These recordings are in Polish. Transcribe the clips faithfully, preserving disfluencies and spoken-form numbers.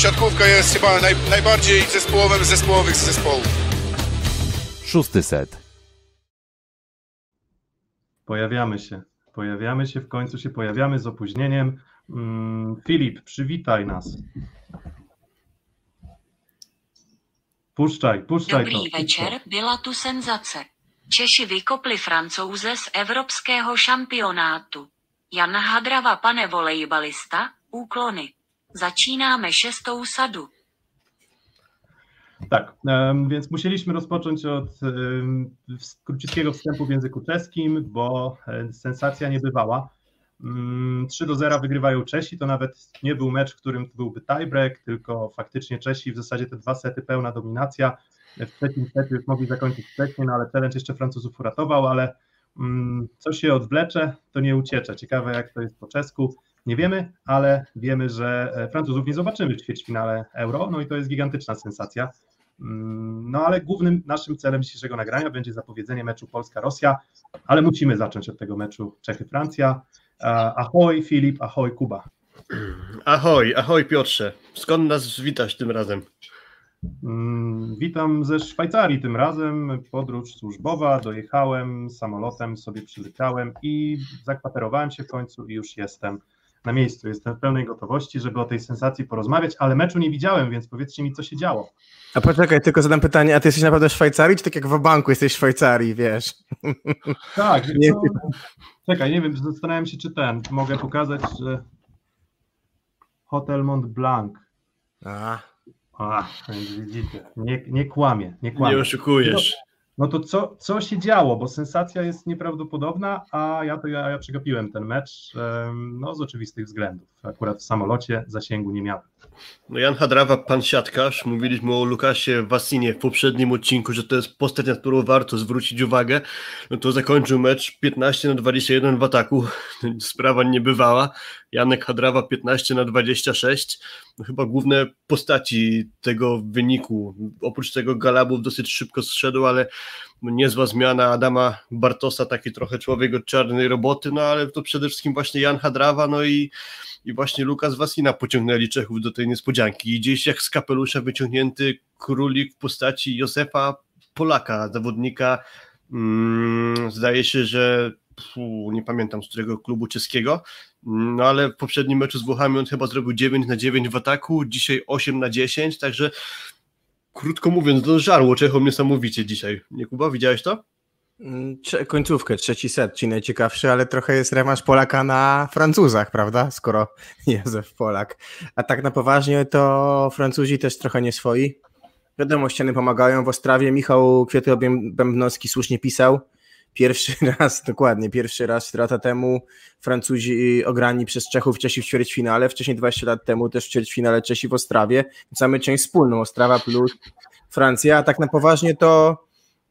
siatkówka jest chyba naj, najbardziej zespołowym z zespołowych zespołów. Szósty set. Pojawiamy się. Pojawiamy się, w końcu się pojawiamy z opóźnieniem. Hmm, Filip, przywitaj nas. Puszczaj, puszczaj Dobrý to. večer, byla tu senzace. Češi vykopli Francouze z evropského šampionátu. Jan Hadrava, pane volejbalista, úklony. Začínáme šestou sadu. Tak, um, więc musieliśmy rozpocząć od um, króciutkiego wstępu w języku czeskim, bo um, sensacja nie bywała. Um, trzy do zera wygrywają Czesi, to nawet nie był mecz, w którym byłby tiebreak, tylko faktycznie Czesi w zasadzie te dwa sety pełna dominacja. W trzecim secie już mogli zakończyć wcześniej, no ale challenge jeszcze Francuzów uratował, ale um, co się odwlecze, to nie uciecze. Ciekawe jak to jest po czesku. Nie wiemy, ale wiemy, że Francuzów nie zobaczymy w ćwierćfinale Euro, no i to jest gigantyczna sensacja. No ale głównym naszym celem dzisiejszego nagrania będzie zapowiedzenie meczu Polska-Rosja, ale musimy zacząć od tego meczu Czechy-Francja. Ahoj Filip, ahoj Kuba. Ahoj, ahoj Piotrze. Skąd nas witasz tym razem? Witam ze Szwajcarii tym razem, podróż służbowa, dojechałem samolotem, sobie przyleciałem i zakwaterowałem się w końcu i już jestem na miejscu, jestem w pełnej gotowości, żeby o tej sensacji porozmawiać, ale meczu nie widziałem, więc powiedzcie mi, co się działo. A poczekaj, tylko zadam pytanie, a ty jesteś naprawdę w Szwajcarii, czy tak jak w banku jesteś w Szwajcarii, wiesz? Tak, nie, to... czekaj, nie wiem, zastanawiam się, czy ten, mogę pokazać, że Hotel Mont Blanc. A, a widzicie, nie, nie kłamie, nie kłamie. Nie oszukujesz. No to co, co się działo, bo sensacja jest nieprawdopodobna, a ja to ja, ja przegapiłem ten mecz, no z oczywistych względów. Akurat w samolocie zasięgu nie miałem. No Jan Hadrawa, pan siatkarz, mówiliśmy o Lukasie Vasinie w poprzednim odcinku, że to jest postać, na którą warto zwrócić uwagę, no to zakończył mecz piętnaście na dwadzieścia jeden w ataku, sprawa niebywała. Janek Hadrawa piętnaście na dwadzieścia sześć, no chyba główne postaci tego wyniku, oprócz tego Galabów dosyć szybko zszedł, ale niezła zmiana Adama Bartosa, taki trochę człowiek od czarnej roboty, no ale to przede wszystkim właśnie Jan Hadrawa, no i I właśnie Lukas Vasina pociągnęli Czechów do tej niespodzianki. I gdzieś jak z kapelusza wyciągnięty królik w postaci Józefa Polaka, zawodnika, hmm, zdaje się, że pfu, nie pamiętam z którego klubu czeskiego, no ale w poprzednim meczu z Włochami on chyba zrobił dziewięć na dziewięć w ataku, dzisiaj osiem na dziesięć, także krótko mówiąc, to żarło Czechom niesamowicie dzisiaj. Nie, Kuba, widziałeś to? Końcówkę, trzeci set, ci najciekawszy, ale trochę jest rewanż Polaka na Francuzach, prawda? Skoro Józef Polak. A tak na poważnie to Francuzi też trochę nie swoi. Wiadomo, ściany pomagają w Ostrawie. Michał Kwiaty-Bębnowski słusznie pisał. Pierwszy raz, dokładnie, pierwszy raz cztery lata temu Francuzi ograni przez Czechów, Czesi w ćwierćfinale. Wcześniej dwadzieścia lat temu też w ćwierćfinale Czesi w Ostrawie. Więc mamy część wspólną, Ostrawa plus Francja. A tak na poważnie to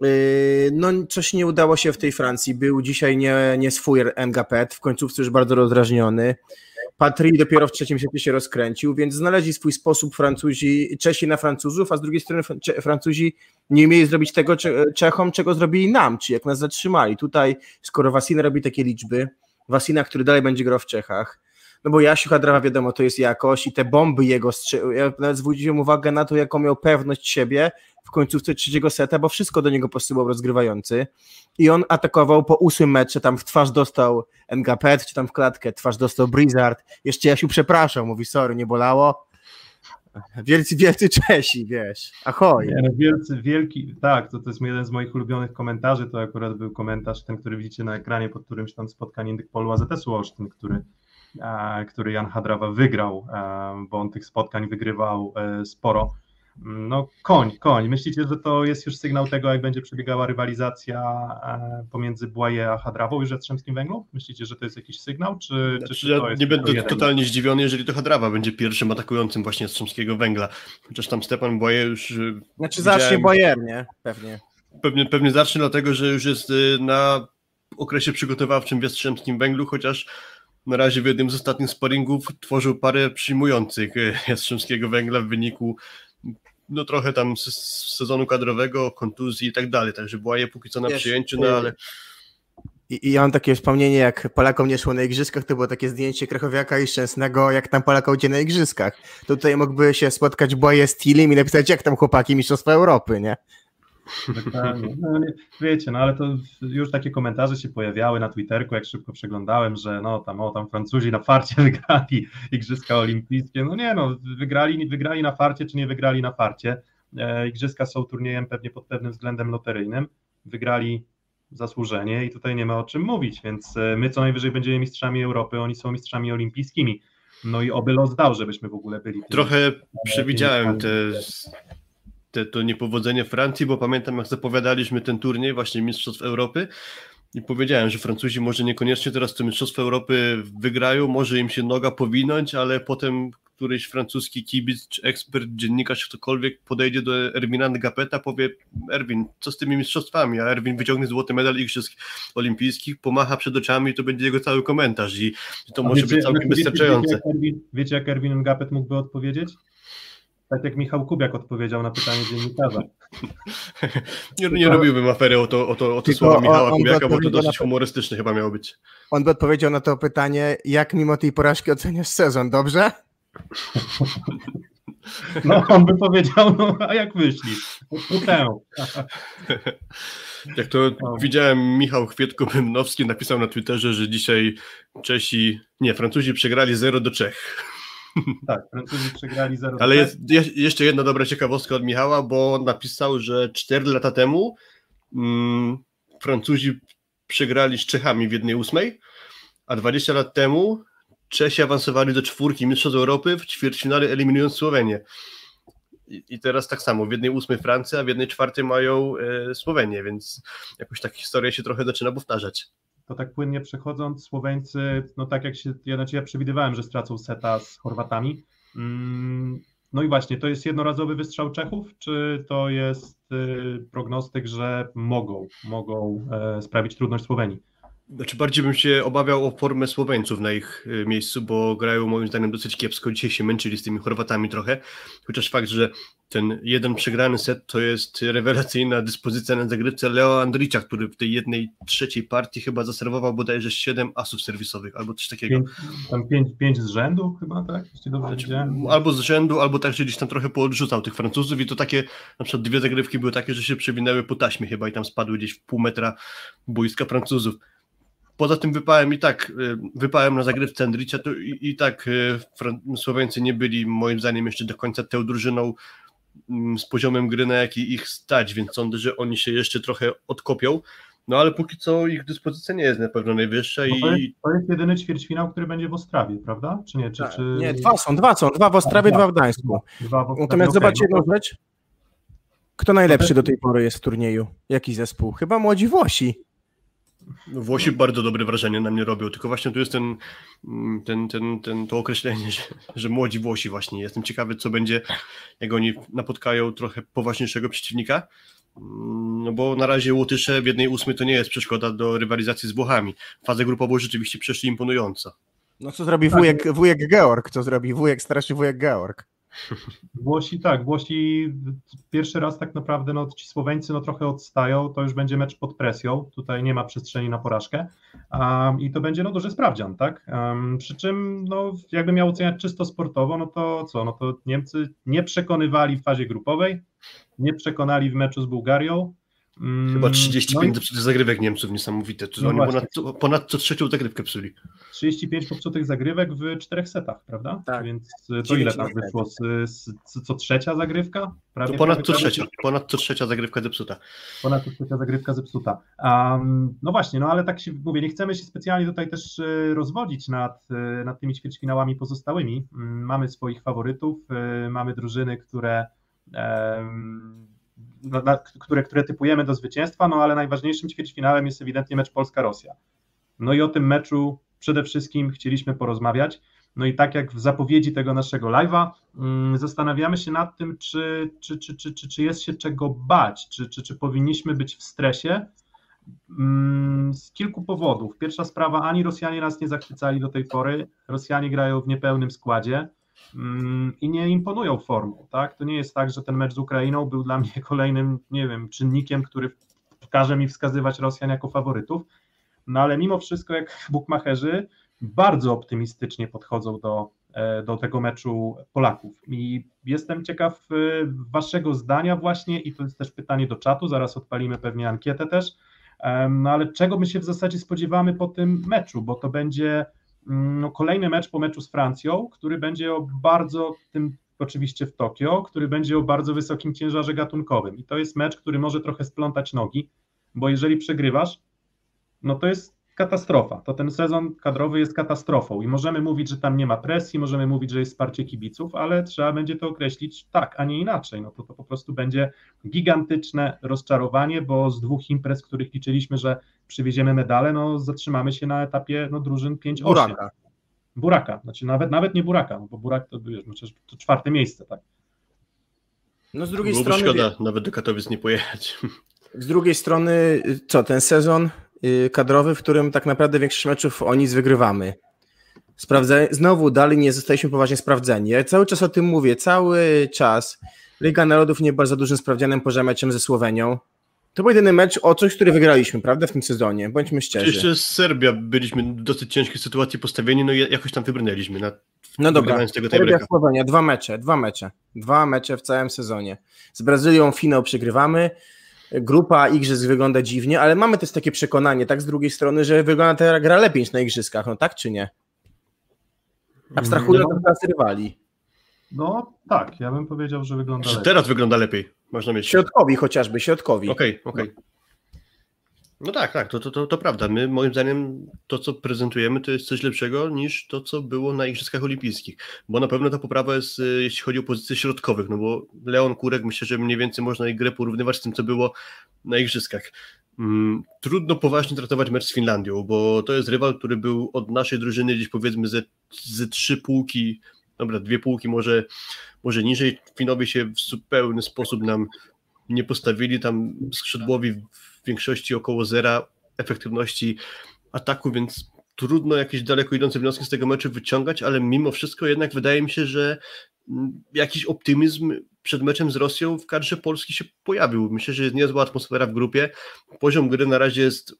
no coś nie udało się w tej Francji, był dzisiaj nie, nie swój Ngapet, w końcówce już bardzo rozdrażniony, Patry dopiero w trzecim secie się rozkręcił, więc znaleźli swój sposób Francuzi, Czesi na Francuzów, a z drugiej strony Francuzi nie umieli zrobić tego Czechom, czego zrobili nam, czyli jak nas zatrzymali. Tutaj skoro Vasina robi takie liczby, Vasina, który dalej będzie grał w Czechach, no bo Jasiu Hadrawa wiadomo, to jest jakość i te bomby jego strzeliły, ja nawet zwróciłem uwagę na to, jaką miał pewność siebie w końcówce trzeciego seta, bo wszystko do niego posyłał rozgrywający i on atakował po ósmym metrze, tam w twarz dostał Ngapet, czy tam w klatkę twarz dostał Blizzard, jeszcze Jasiu przepraszał, mówi sorry, nie bolało. Wielcy, wielcy Czesi, wiesz, ahoj. Nie, no wielcy, wielki, tak, to, to jest jeden z moich ulubionych komentarzy, to akurat był komentarz ten, który widzicie na ekranie pod którymś tam spotkaniem Polu A Z S-u Olsztyn, który który Jan Hadrawa wygrał, bo on tych spotkań wygrywał sporo. No koń, koń. Myślicie, że to jest już sygnał tego, jak będzie przebiegała rywalizacja pomiędzy Błaje a Hadrawą już w Jastrzębskim Węglu? Myślicie, że to jest jakiś sygnał? Czy, znaczy, czy ja to jest nie będę jeden? totalnie zdziwiony, jeżeli to Hadrawa będzie pierwszym atakującym właśnie Jastrzębskiego Węgla. Chociaż tam Stepan Błaje już... Znaczy zacznie Błajer, nie? Pewnie. Pewnie, pewnie zacznie, dlatego że już jest na okresie przygotowawczym w Jastrzębskim Węglu, chociaż na razie w jednym z ostatnich sparingów tworzył parę przyjmujących Jastrzębskiego Węgla w wyniku no trochę tam z, z sezonu kadrowego, kontuzji i tak dalej, także Błaje póki co na Wiesz, przyjęciu, no ale... I, I ja mam takie wspomnienie, jak Polakom nie szło na igrzyskach, to było takie zdjęcie Krakowiaka i Szczęsnego, jak tam Polakom idzie na igrzyskach. To tutaj mógłby się spotkać Boje z Tilim i napisać, jak tam chłopaki Mistrzostwa Europy, nie? Dokładnie. No, nie, wiecie, no ale to już takie komentarze się pojawiały na Twitterku, jak szybko przeglądałem, że no tam, o, tam Francuzi na farcie wygrali Igrzyska Olimpijskie. No nie no, wygrali, wygrali na farcie, czy nie wygrali na farcie. E, Igrzyska są turniejem pewnie pod pewnym względem loteryjnym. Wygrali zasłużenie i tutaj nie ma o czym mówić, więc my co najwyżej będziemy mistrzami Europy, oni są mistrzami olimpijskimi. No i oby los dał, żebyśmy w ogóle byli. Trochę przewidziałem te... Te, to niepowodzenie Francji, bo pamiętam, jak zapowiadaliśmy ten turniej właśnie Mistrzostw Europy i powiedziałem, że Francuzi może niekoniecznie teraz to Mistrzostwo Europy wygrają, może im się noga powinąć, ale potem któryś francuski kibic, czy ekspert, dziennikarz, ktokolwiek podejdzie do Erwina Ngapeta, powie: Erwin, co z tymi mistrzostwami? A Erwin wyciągnie złoty medal Igrzysk Olimpijskich, pomacha przed oczami i to będzie jego cały komentarz i, i to może wiecie, być całkiem wiecie, wystarczające. Wiecie jak, Erwin, wiecie, jak Erwin Ngapet mógłby odpowiedzieć? Tak jak Michał Kubiak odpowiedział na pytanie dziennikarza. nie nie robiłbym afery o to, o to, o to słowa Michała Kubiaka, bo to dosyć humorystyczne chyba miało być. On by odpowiedział na to pytanie, jak mimo tej porażki oceniasz sezon, dobrze? No, on by powiedział, no a jak myślisz? Tę. Jak to no. Widziałem, Michał Chwietko-Bymnowski napisał na Twitterze, że dzisiaj Czesi, nie, Francuzi przegrali zero do Czech. Tak, Francuzi przegrali zero. Ale jest, jest jeszcze jedna dobra ciekawostka od Michała, bo napisał, że cztery lata temu mm, Francuzi przegrali z Czechami w jednej ósmej, a dwadzieścia lat temu Czesi awansowali do czwórki Mistrzostw Europy w ćwierćfinale, eliminując Słowenię. I, I teraz tak samo, w jednej ósmej Francja, a w jednej czwartej mają e, Słowenię, więc jakoś tak historia się trochę zaczyna powtarzać. To tak płynnie przechodząc, Słoweńcy, no tak jak się, ja, znaczy ja przewidywałem, że stracą seta z Chorwatami. Mm, no i właśnie, to jest jednorazowy wystrzał Czechów, czy to jest y, prognostyk, że mogą, mogą e, sprawić trudność Słowenii? Znaczy bardziej bym się obawiał o formę Słoweńców na ich y, miejscu, bo grają moim zdaniem dosyć kiepsko. Dzisiaj się męczyli z tymi Chorwatami trochę, chociaż fakt, że ten jeden przegrany set to jest rewelacyjna dyspozycja na zagrywce Leo Andricza, który w tej jednej trzeciej partii chyba zaserwował bodajże siedem asów serwisowych, albo coś takiego. Pięć, tam pięć, pięć z rzędu chyba, tak? Jeśli dobrze widziałem. Albo z rzędu, albo tak, że gdzieś tam trochę poodrzucał tych Francuzów i to takie, na przykład dwie zagrywki były takie, że się przewinęły po taśmie chyba i tam spadły gdzieś w pół metra boiska Francuzów. Poza tym wypałem i tak, wypałem na zagrywce Andricza, to i, i tak Słoweńcy nie byli moim zdaniem jeszcze do końca tą drużyną z poziomem gry, na jaki ich stać, więc sądzę, że oni się jeszcze trochę odkopią, no ale póki co ich dyspozycja nie jest na pewno najwyższa. No to, jest, to jest jedyny ćwierćfinał, który będzie w Ostrawie, prawda? Czy nie? Czy, tak, czy... Nie, dwa są, dwa są, dwa w Ostrawie, dwa, dwa w Gdańsku. Dwa w Ostrawie, Natomiast okay, zobaczcie jedną no to... rzecz, kto najlepszy do tej pory jest w turnieju? Jaki zespół? Chyba młodzi Włosi. Włosi bardzo dobre wrażenie na mnie robią, tylko właśnie tu jest ten, ten, ten, ten, to określenie, że, że młodzi Włosi właśnie. Jestem ciekawy, co będzie, jak oni napotkają trochę poważniejszego przeciwnika, no bo na razie Łotysze w jednej ósmej to nie jest przeszkoda do rywalizacji z Włochami. Fazę grupową rzeczywiście przeszli imponująco. No co zrobi wujek, wujek Georg? Co zrobi wujek, starszy wujek Georg? Włosi tak, Włosi pierwszy raz tak naprawdę, no ci Słoweńcy no trochę odstają, to już będzie mecz pod presją, tutaj nie ma przestrzeni na porażkę um, i to będzie no duży sprawdzian, tak, um, przy czym no jakby miał oceniać czysto sportowo, no to co, no to Niemcy nie przekonywali w fazie grupowej, nie przekonali w meczu z Bułgarią. Chyba trzydzieści pięć no i... zagrywek Niemców, niesamowite. To no oni ponad, ponad co trzecią zagrywkę psuli. trzydzieści pięć popsutych zagrywek w czterech setach, prawda? Tak. Więc to ile tam wyszło? Z, z, z, co trzecia zagrywka? Prawie, to ponad, prawie, co trzecia, ponad co trzecia zagrywka zepsuta. Ponad co trzecia zagrywka zepsuta. Um, no właśnie, no ale tak się mówię, nie chcemy się specjalnie tutaj też rozwodzić nad, nad tymi ćwierćfinałami pozostałymi. Mamy swoich faworytów, mamy drużyny, które... Um, Na, na, które, które typujemy do zwycięstwa, no ale najważniejszym ćwierćfinałem jest ewidentnie mecz Polska-Rosja. No i o tym meczu przede wszystkim chcieliśmy porozmawiać. No i tak jak w zapowiedzi tego naszego live'a, um, zastanawiamy się nad tym, czy, czy, czy, czy, czy, czy jest się czego bać, czy, czy, czy powinniśmy być w stresie. Um, z kilku powodów. Pierwsza sprawa, ani Rosjanie nas nie zachwycali do tej pory, Rosjanie grają w niepełnym składzie i nie imponują formą, tak? To nie jest tak, że ten mecz z Ukrainą był dla mnie kolejnym, nie wiem, czynnikiem, który każe mi wskazywać Rosjan jako faworytów. no ale mimo wszystko jak bukmacherzy bardzo optymistycznie podchodzą do, do tego meczu Polaków i jestem ciekaw waszego zdania właśnie i to jest też pytanie do czatu, zaraz odpalimy pewnie ankietę też, no ale czego my się w zasadzie spodziewamy po tym meczu, bo to będzie no, kolejny mecz po meczu z Francją, który będzie o bardzo tym oczywiście w Tokio, który będzie o bardzo wysokim ciężarze gatunkowym i to jest mecz, który może trochę splątać nogi, bo jeżeli przegrywasz, no to jest katastrofa, to ten sezon kadrowy jest katastrofą i możemy mówić, że tam nie ma presji, możemy mówić, że jest wsparcie kibiców, ale trzeba będzie to określić tak, a nie inaczej, no to to po prostu będzie gigantyczne rozczarowanie, bo z dwóch imprez, których liczyliśmy, że przywieziemy medale, no zatrzymamy się na etapie no, drużyn pięć osiem. Buraka. Buraka, znaczy nawet, nawet nie Buraka, no bo Burak to, wiesz, no, to czwarte miejsce, tak. No z drugiej Byłoby strony... szkoda nawet do Katowic nie pojechać. Z drugiej strony, co, ten sezon kadrowy, w którym tak naprawdę większość meczów o nic wygrywamy. Sprawdza... Znowu dalej nie zostaliśmy poważnie sprawdzeni. Ja cały czas o tym mówię, cały czas. Liga Narodów nie była za dużym sprawdzianem poza meczem ze Słowenią. To był jedyny mecz o coś, który wygraliśmy, prawda, w tym sezonie, bądźmy szczerzy. Jeszcze z Serbia byliśmy w dosyć ciężkiej sytuacji postawieni, no i jakoś tam wybrnęliśmy. Na... No dobra, tego Serbia, Słowenia, dwa mecze, dwa mecze, dwa mecze w całym sezonie. Z Brazylią finał przegrywamy, grupa igrzysk wygląda dziwnie, ale mamy też takie przekonanie, tak z drugiej strony, że wygląda ta gra lepiej niż na igrzyskach, no tak czy nie? Abstrahując od nas rywali. No tak, ja bym powiedział, że wygląda Czy lepiej. teraz wygląda lepiej, można mieć. Środkowi chociażby, środkowi. Okej, okay, okej. Okay. No tak, tak, to, to, to, to prawda. My, moim zdaniem, to co prezentujemy, to jest coś lepszego niż to, co było na Igrzyskach Olimpijskich, bo na pewno ta poprawa jest, jeśli chodzi o pozycje środkowych, no bo Leon Kurek, myślę, że mniej więcej można ich grę porównywać z tym, co było na Igrzyskach. Hmm, trudno poważnie traktować mecz z Finlandią, bo to jest rywal, który był od naszej drużyny gdzieś powiedzmy ze, ze trzy półki, dobra, dwie półki może, może niżej. Finowie się w zupełny sposób nam nie postawili, tam skrzydłowi w większości około zera efektywności ataku, więc trudno jakieś daleko idące wnioski z tego meczu wyciągać, ale mimo wszystko jednak wydaje mi się, że jakiś optymizm przed meczem z Rosją w kadrze Polski się pojawił. Myślę, że jest niezła atmosfera w grupie, poziom gry na razie jest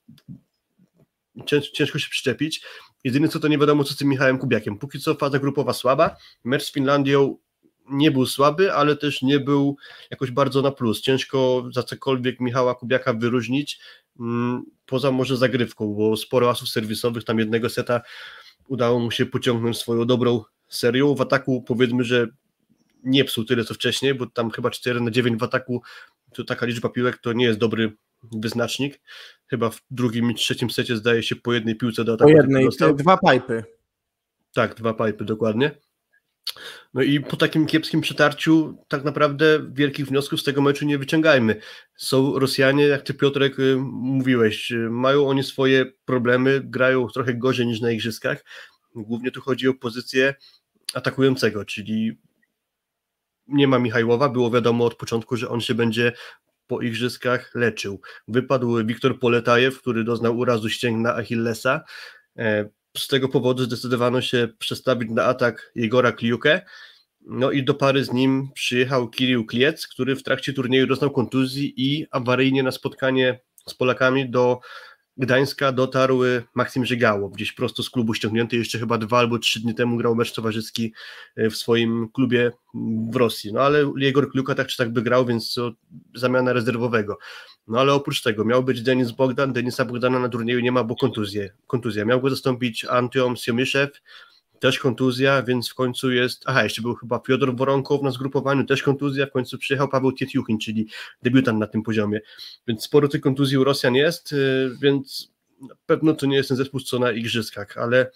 ciężko się przyczepić. Jedyne co to nie wiadomo co z tym Michałem Kubiakiem. Póki co faza grupowa słaba, mecz z Finlandią nie był słaby, ale też nie był jakoś bardzo na plus. Ciężko za cokolwiek Michała Kubiaka wyróżnić, poza może zagrywką, bo sporo asów serwisowych, tam jednego seta udało mu się pociągnąć swoją dobrą serią. W ataku powiedzmy, że nie psuł tyle co wcześniej, bo tam chyba cztery na dziewięć w ataku, to taka liczba piłek to nie jest dobry wyznacznik. Chyba w drugim i trzecim secie zdaje się po jednej piłce do ataku. Po jednej, dwa pipy. Tak, dwa pipy, dokładnie. No i po takim kiepskim przetarciu tak naprawdę wielkich wniosków z tego meczu nie wyciągajmy. Są Rosjanie, jak ty Piotrek mówiłeś, mają oni swoje problemy, grają trochę gorzej niż na igrzyskach. Głównie tu chodzi o pozycję atakującego, czyli nie ma Michajłowa, było wiadomo od początku, że on się będzie po igrzyskach leczył. Wypadł Wiktor Poletajew, który doznał urazu ścięgna Achillesa. Z tego powodu zdecydowano się przestawić na atak Jegora Kliukę, no i do pary z nim przyjechał Kirill Kliec, który w trakcie turnieju doznał kontuzji i awaryjnie na spotkanie z Polakami do Gdańska dotarł Maksim Żygało, gdzieś prosto z klubu ściągnięty, jeszcze chyba dwa albo trzy dni temu grał mecz towarzyski w swoim klubie w Rosji, no ale Jegor Kliuka tak czy tak by grał, więc to zamiana rezerwowego. No ale oprócz tego miał być Denis Bogdan, Denisa Bogdana na turnieju nie ma, bo kontuzję. kontuzja. Miał go zastąpić Antiom Siomyszew, też kontuzja, więc w końcu jest, aha, jeszcze był chyba Fiodor Woronkow na zgrupowaniu, też kontuzja, w końcu przyjechał Paweł Tietjuchin, czyli debiutant na tym poziomie, więc sporo tych kontuzji u Rosjan jest, więc na pewno to nie jest ten zespół co na igrzyskach, ale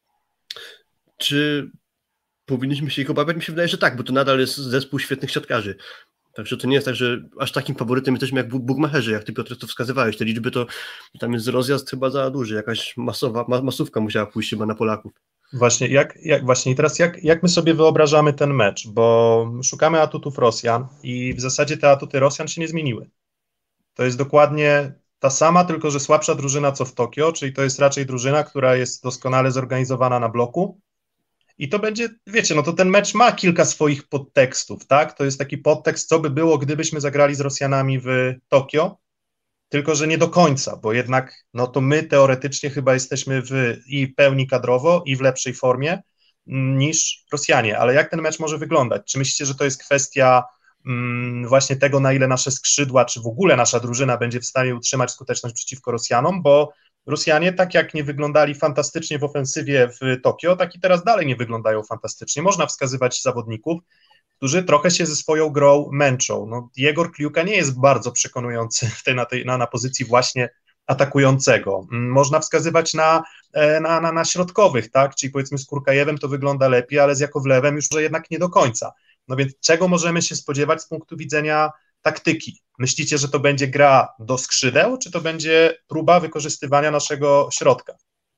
czy powinniśmy się ich obawiać? Mi się wydaje, że tak, bo to nadal jest zespół świetnych siatkarzy. Także to nie jest tak, że aż takim faworytem jesteśmy jak bugmacherzy, jak ty Piotr to wskazywałeś. Te liczby to tam jest rozjazd chyba za duży, jakaś masowa, masówka musiała pójść chyba na Polaków. Właśnie, jak, jak, właśnie i teraz jak, jak my sobie wyobrażamy ten mecz, bo szukamy atutów Rosjan i w zasadzie te atuty Rosjan się nie zmieniły. To jest dokładnie ta sama, tylko że słabsza drużyna co w Tokio, czyli to jest raczej drużyna, która jest doskonale zorganizowana na bloku. I to będzie, wiecie, no to ten mecz ma kilka swoich podtekstów, tak? To jest taki podtekst, co by było, gdybyśmy zagrali z Rosjanami w Tokio. tylko że nie do końca, bo jednak no to my teoretycznie chyba jesteśmy w i pełni kadrowo, i w lepszej formie niż Rosjanie, ale jak ten mecz może wyglądać? Czy myślicie, że to jest kwestia mm, właśnie tego, na ile nasze skrzydła, czy w ogóle nasza drużyna będzie w stanie utrzymać skuteczność przeciwko Rosjanom, bo Rosjanie, tak jak nie wyglądali fantastycznie w ofensywie w Tokio, tak i teraz dalej nie wyglądają fantastycznie. Można wskazywać zawodników, którzy trochę się ze swoją grą męczą. No, Jegor Kliuka nie jest bardzo przekonujący w tej, na, tej, na, na pozycji właśnie atakującego. Można wskazywać na, na, na, na środkowych, tak? Czyli powiedzmy z Kurkajewem to wygląda lepiej, ale z Jakowlewem już może jednak nie do końca. No więc czego możemy się spodziewać z punktu widzenia taktyki? Myślicie, że to będzie gra do skrzydeł, czy to będzie próba wykorzystywania naszego środka?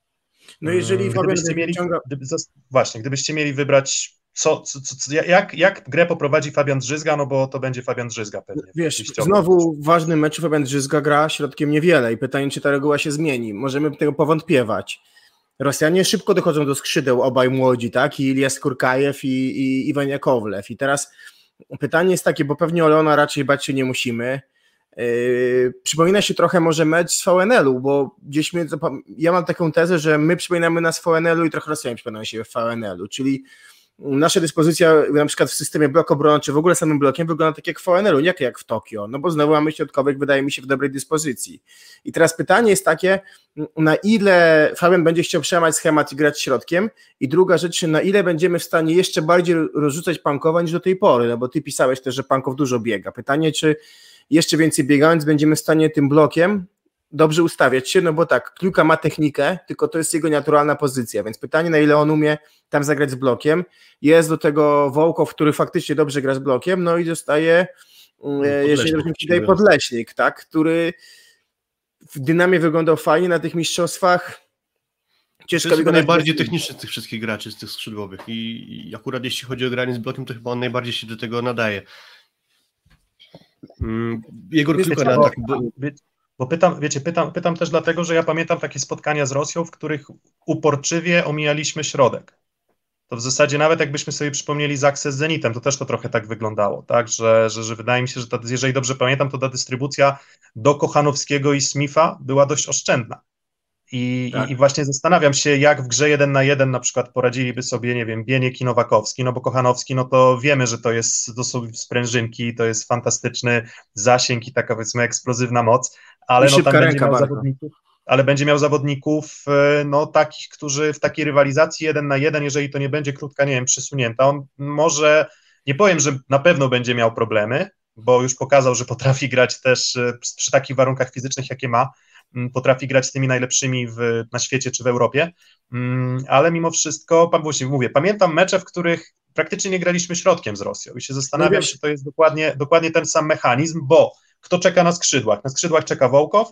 No jeżeli gdybyście mieli, wyciąga... gdyby, właśnie, gdybyście mieli wybrać, co, co, co, jak, jak grę poprowadzi Fabian Drzyzga, no bo to będzie Fabian Drzyzga pewnie. Wiesz, znowu w ważnym meczu Fabian Drzyzga gra środkiem niewiele i pytanie, czy ta reguła się zmieni. Możemy tego powątpiewać. Rosjanie szybko dochodzą do skrzydeł, obaj młodzi, tak? I Ilias Kurkajew i, i Iwan Jakowlew. I teraz pytanie jest takie, bo pewnie o Leona raczej bać się nie musimy. Yy, przypomina się trochę może mecz z V N L-u, bo gdzieś my, ja mam taką tezę, że my przypominamy nas w V N L-u i trochę Rosjanie przypominają się w V N L-u, czyli nasza dyspozycja na przykład w systemie blok obrony, czy w ogóle samym blokiem wygląda tak jak w V N L-u, nie jak w Tokio, no bo znowu mamy środkowych, wydaje mi się, w dobrej dyspozycji. I teraz pytanie jest takie, na ile Fabian będzie chciał przełamać schemat i grać środkiem, i druga rzecz, na ile będziemy w stanie jeszcze bardziej rozrzucać Pankowa niż do tej pory, no bo ty pisałeś też, że Pankow dużo biega. Pytanie, czy jeszcze więcej biegając będziemy w stanie tym blokiem dobrze ustawiać się, no bo tak, Kliuka ma technikę, tylko to jest jego naturalna pozycja, więc pytanie, na ile on umie tam zagrać z blokiem. Jest do tego Wołkow, który faktycznie dobrze gra z blokiem, no i zostaje, Podleśnik, jeżeli dobrze mi się wydaje, Podleśnik, tak, który w dynamie wyglądał fajnie na tych mistrzostwach. Ciężko to jest najbardziej techniczny z tych wszystkich graczy, z tych skrzydłowych i, i akurat jeśli chodzi o granie z blokiem, to chyba on najbardziej się do tego nadaje. Mm, Jegor Kliuka na tak... Bo... Bo pytam, wiecie, pytam, pytam też dlatego, że ja pamiętam takie spotkania z Rosją, w których uporczywie omijaliśmy środek. To w zasadzie nawet jakbyśmy sobie przypomnieli Zaksę z Zenitem, to też to trochę tak wyglądało, tak, że, że, że wydaje mi się, że ta, jeżeli dobrze pamiętam, to ta dystrybucja do Kochanowskiego i Smitha była dość oszczędna. I, tak. i, I właśnie zastanawiam się, jak w grze jeden na jeden na przykład poradziliby sobie, nie wiem, Bieniek i Nowakowski, no bo Kochanowski, no to wiemy, że to jest, to są sprężynki, to jest fantastyczny zasięg i taka, powiedzmy, eksplozywna moc, ale no tam będzie miał zawodników, ale będzie miał zawodników, no takich, którzy w takiej rywalizacji jeden na jeden, jeżeli to nie będzie krótka, nie wiem, przesunięta, on może, nie powiem, że na pewno będzie miał problemy, bo już pokazał, że potrafi grać też przy takich warunkach fizycznych, jakie ma, potrafi grać z tymi najlepszymi w, na świecie czy w Europie, ale mimo wszystko, pan właśnie mówię, pamiętam mecze, w których praktycznie nie graliśmy środkiem z Rosją i się zastanawiam, czy to jest dokładnie, dokładnie ten sam mechanizm, bo kto czeka na skrzydłach? Na skrzydłach czeka Wołkow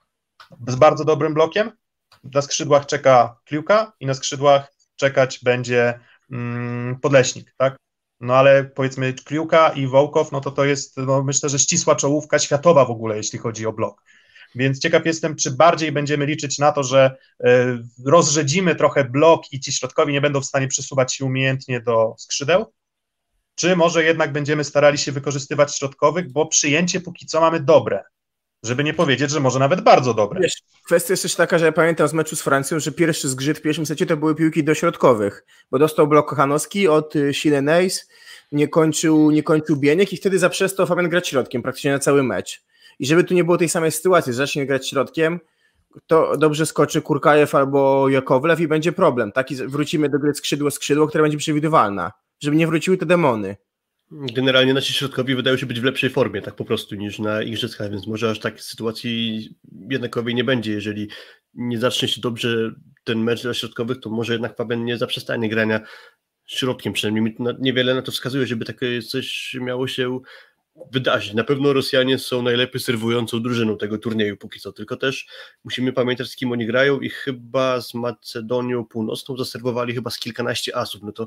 z bardzo dobrym blokiem, na skrzydłach czeka Kliuka i na skrzydłach czekać będzie mm, Podleśnik, tak? No ale powiedzmy Kliuka i Wołkow, no to to jest, no myślę, że ścisła czołówka światowa w ogóle, jeśli chodzi o blok. Więc ciekaw jestem, czy bardziej będziemy liczyć na to, że y, rozrzedzimy trochę blok i ci środkowi nie będą w stanie przesuwać się umiejętnie do skrzydeł, czy może jednak będziemy starali się wykorzystywać środkowych, bo przyjęcie póki co mamy dobre, żeby nie powiedzieć, że może nawet bardzo dobre. Wiesz, kwestia jest też taka, że ja pamiętam z meczu z Francją, że pierwszy zgrzyt w pierwszym secie to były piłki do środkowych, bo dostał blok Kochanowski od Sileneis, nie kończył, nie kończył Bieniek i wtedy zaprzestał Fabian grać środkiem praktycznie na cały mecz. I żeby tu nie było tej samej sytuacji, że zacznie grać środkiem, to dobrze skoczy Kurkajew albo Jakowlew i będzie problem. Tak? I wrócimy do gry skrzydło-skrzydło, która będzie przewidywalna. Żeby nie wróciły te demony. Generalnie nasi środkowi wydają się być w lepszej formie, tak po prostu, niż na igrzyskach, więc może aż takiej sytuacji jednakowej nie będzie. Jeżeli nie zacznie się dobrze ten mecz dla środkowych, to może jednak Fabian nie zaprzestanie grania środkiem, przynajmniej niewiele na to wskazuje, żeby takie coś miało się wydarzyć. Na pewno Rosjanie są najlepiej serwującą drużyną tego turnieju póki co, tylko też musimy pamiętać, z kim oni grają i chyba z Macedonią Północną zaserwowali chyba z kilkanaście asów, no to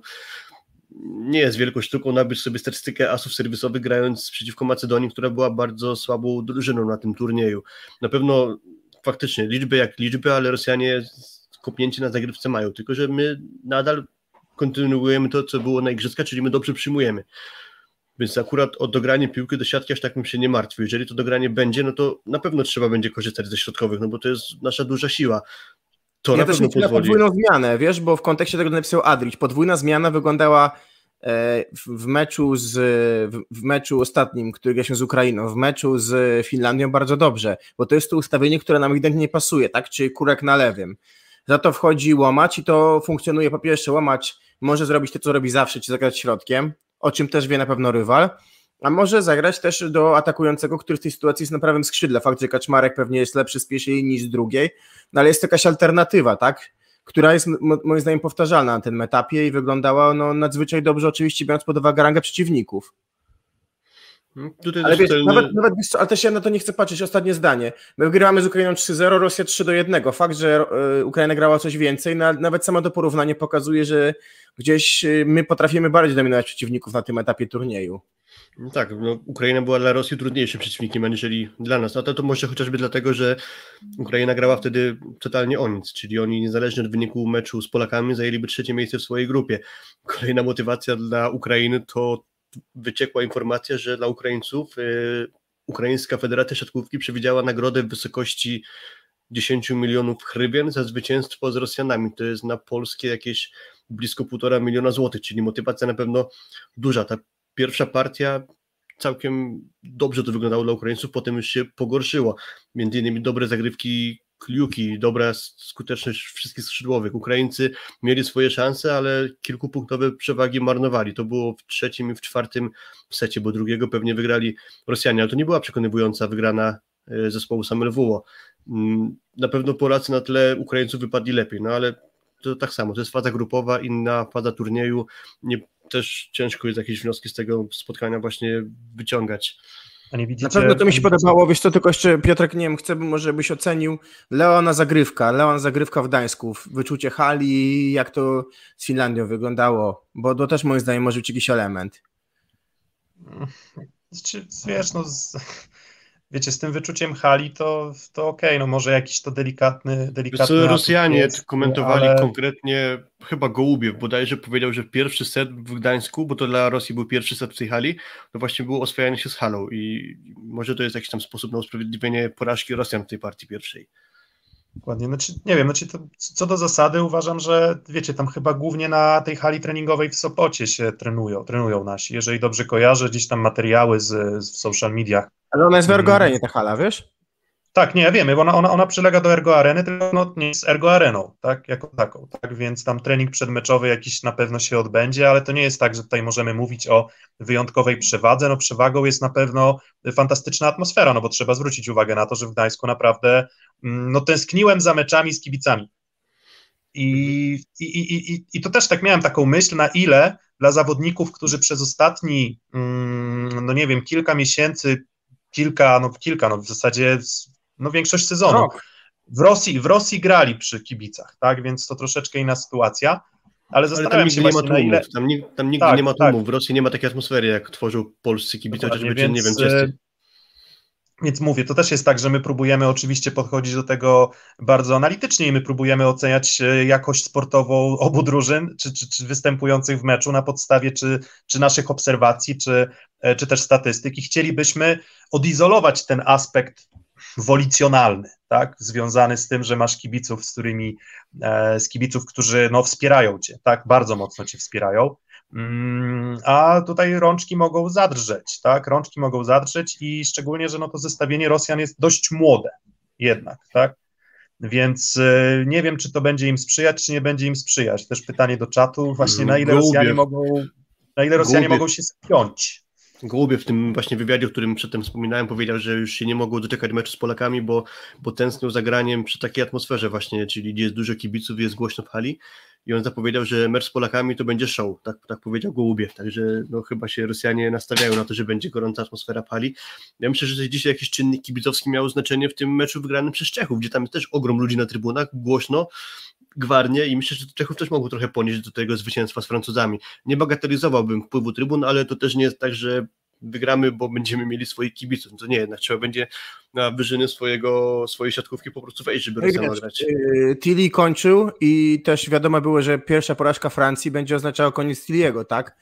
nie jest wielką sztuką nabyć sobie statystykę asów serwisowych grając przeciwko Macedonii, która była bardzo słabą drużyną na tym turnieju. Na pewno faktycznie liczby jak liczby, ale Rosjanie kopnięcie na zagrywce mają, tylko że my nadal kontynuujemy to, co było na igrzyskach, czyli my dobrze przyjmujemy. Więc akurat o dogranie piłki do siatki aż tak bym się nie martwił. Jeżeli to dogranie będzie, no to na pewno trzeba będzie korzystać ze środkowych, no bo to jest nasza duża siła. To ja na też pewno na pozwoli. podwójną zmianę, wiesz, bo w kontekście tego napisał Adrić. Podwójna zmiana wyglądała e, w, w meczu z w, w meczu ostatnim, który graliśmy z Ukrainą, w meczu z Finlandią bardzo dobrze, bo to jest to ustawienie, które nam ewidentnie nie pasuje, tak? Czyli Kurek na lewym. Za to wchodzi Łomacz i to funkcjonuje. Po pierwsze, Łomacz może zrobić to, co robi zawsze, czyli zagrać środkiem, o czym też wie na pewno rywal, a może zagrać też do atakującego, który w tej sytuacji jest na prawym skrzydle. Fakt, że Kaczmarek pewnie jest lepszy z pierwszej linii niż z drugiej, no ale jest jakaś alternatywa, tak, która jest m- moim zdaniem powtarzalna na tym etapie i wyglądała no, nadzwyczaj dobrze, oczywiście biorąc pod uwagę rangę przeciwników. Tutaj Ale wiesz, celny... nawet, nawet wiesz co, ale też ja na to nie chcę patrzeć, ostatnie zdanie. My wygrywamy z Ukrainą trzy zero, Rosja trzy do jednego. Fakt, że y, Ukraina grała coś więcej, no, nawet samo to porównanie pokazuje, że gdzieś y, my potrafimy bardziej dominować przeciwników na tym etapie turnieju. No tak, no, Ukraina była dla Rosji trudniejszym przeciwnikiem, aniżeli dla nas. No to, to może chociażby dlatego, że Ukraina grała wtedy totalnie o nic, czyli oni niezależnie od wyniku meczu z Polakami zajęliby trzecie miejsce w swojej grupie. Kolejna motywacja dla Ukrainy to wyciekła informacja, że dla Ukraińców yy, Ukraińska Federacja Siatkówki przewidziała nagrodę w wysokości dziesięć milionów hrybien za zwycięstwo z Rosjanami. To jest na polskie jakieś blisko półtora miliona złotych, czyli motywacja na pewno duża. Ta pierwsza partia całkiem dobrze to wyglądało dla Ukraińców, potem już się pogorszyło. Między innymi dobre zagrywki Kliuki, dobra skuteczność wszystkich skrzydłowych. Ukraińcy mieli swoje szanse, ale kilkupunktowe przewagi marnowali. To było w trzecim i w czwartym secie, bo drugiego pewnie wygrali Rosjanie, ale to nie była przekonywująca wygrana zespołu Samelwuło. Na pewno Polacy na tle Ukraińców wypadli lepiej, no ale to tak samo, to jest faza grupowa, inna faza turnieju, nie, też ciężko jest jakieś wnioski z tego spotkania właśnie wyciągać. A nie widzicie, na pewno to mi się podobało, wiesz co, tylko jeszcze Piotrek, nie wiem, chcę, może byś ocenił Leona Zagrywka, Leon Zagrywka w Gdańsku, wyczucie hali, jak to z Finlandią wyglądało, bo to też moim zdaniem może być jakiś element. Wiesz, no z... wiecie, z tym wyczuciem hali to, to okej, okay, no może jakiś to delikatny... delikatny co, Rosjanie jest, komentowali ale... konkretnie, chyba Gołubiew bodajże powiedział, że pierwszy set w Gdańsku, bo to dla Rosji był pierwszy set w tej hali, to właśnie było oswajanie się z halą i może to jest jakiś tam sposób na usprawiedliwienie porażki Rosjan w tej partii pierwszej. Dokładnie, znaczy, nie wiem, znaczy to, co do zasady uważam, że wiecie, tam chyba głównie na tej hali treningowej w Sopocie się trenują, trenują nasi, jeżeli dobrze kojarzę, gdzieś tam materiały z, z w social mediach. Ale ona jest w Ergo Arenie, ta hala, wiesz? Tak, nie, wiemy, bo ona, ona, ona przylega do Ergo Areny, tylko no, nie jest Ergo Areną, tak, jako taką, tak, więc tam trening przedmeczowy jakiś na pewno się odbędzie, ale to nie jest tak, że tutaj możemy mówić o wyjątkowej przewadze, no przewagą jest na pewno fantastyczna atmosfera, no bo trzeba zwrócić uwagę na to, że w Gdańsku naprawdę, no tęskniłem za meczami z kibicami i, i, i, i, i to też tak miałem taką myśl, na ile dla zawodników, którzy przez ostatni, no nie wiem, kilka miesięcy, kilka, no kilka, no w zasadzie no większość sezonu. Rok. W Rosji, w Rosji grali przy kibicach, tak, więc to troszeczkę inna sytuacja, ale zastanawiam się właśnie na ile... Tam, tam nigdy tak, nie ma tłumów, tak. W Rosji nie ma takiej atmosfery, jak tworzą polscy kibice, chociażby więc, nie wiem, czescy. Więc mówię, to też jest tak, że my próbujemy oczywiście podchodzić do tego bardzo analitycznie i my próbujemy oceniać jakość sportową obu drużyn, czy, czy, czy występujących w meczu na podstawie czy, czy naszych obserwacji, czy, czy też statystyk i chcielibyśmy odizolować ten aspekt wolicjonalny, tak, związany z tym, że masz kibiców, z którymi, e, z kibiców, którzy no wspierają cię, tak, bardzo mocno cię wspierają, mm, a tutaj rączki mogą zadrżeć, tak, rączki mogą zadrżeć i szczególnie, że no to zestawienie Rosjan jest dość młode jednak, tak, więc e, nie wiem, czy to będzie im sprzyjać, czy nie będzie im sprzyjać, też pytanie do czatu, właśnie na ile Gołubiew. Rosjanie mogą, na ile Rosjanie Gołubiew. mogą się spiąć. Gołubiew w tym właśnie wywiadzie, o którym przedtem wspominałem, powiedział, że już się nie mogą doczekać meczu z Polakami, bo, bo tęsknią za graniem przy takiej atmosferze właśnie, czyli gdzie jest dużo kibiców, jest głośno w hali i on zapowiedział, że mecz z Polakami to będzie show, tak, tak powiedział Gołubiew, także no, chyba się Rosjanie nastawiają na to, że będzie gorąca atmosfera w hali. Ja myślę, że dzisiaj jakiś czynnik kibicowski miał znaczenie w tym meczu wygranym przez Czechów, gdzie tam jest też ogrom ludzi na trybunach, głośno, gwarnie i myślę, że Czechów też mogą trochę ponieść do tego zwycięstwa z Francuzami. Nie bagatelizowałbym wpływu trybun, ale to też nie jest tak, że wygramy, bo będziemy mieli swoich kibiców. To nie, jednak trzeba będzie na wyżyny swojego, swojej siatkówki po prostu wejść, żeby Rosjan grać. Tilly kończył i też wiadomo było, że pierwsza porażka Francji będzie oznaczała koniec Tilly'ego, tak?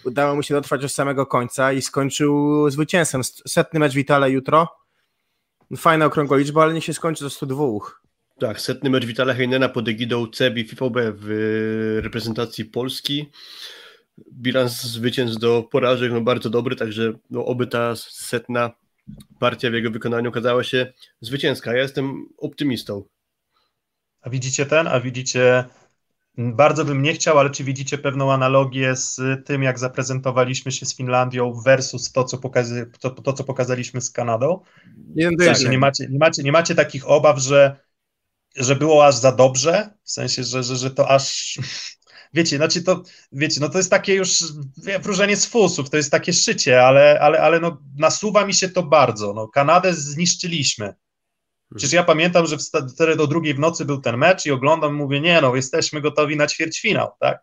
udało mu się dotrwać do samego końca i skończył zwycięstwem. Setny mecz Vitale jutro. Fajna okrągła liczba, ale nie się skończy do stu dwóch. Tak, setny mecz Vitala Heinena pod egidą C E B i F I F B w reprezentacji Polski. Bilans zwycięstw do porażek no bardzo dobry, także no, oby ta setna partia w jego wykonaniu okazała się zwycięska. Ja jestem optymistą. A widzicie ten? A widzicie... Bardzo bym nie chciał, ale czy widzicie pewną analogię z tym, jak zaprezentowaliśmy się z Finlandią versus to, co, pokazy, to, to, co pokazaliśmy z Kanadą? Jeden do Tak, jeden. nie, macie, nie, macie, nie macie takich obaw, że, że było aż za dobrze? W sensie, że, że, że to aż... Wiecie, znaczy to, wiecie, no to jest takie już wróżenie z fusów, to jest takie szycie, ale, ale, ale no, nasuwa mi się to bardzo. No, Kanadę zniszczyliśmy. Przecież ja pamiętam, że wtedy do drugiej w nocy był ten mecz i oglądam, mówię, nie no, jesteśmy gotowi na ćwierćfinał, tak?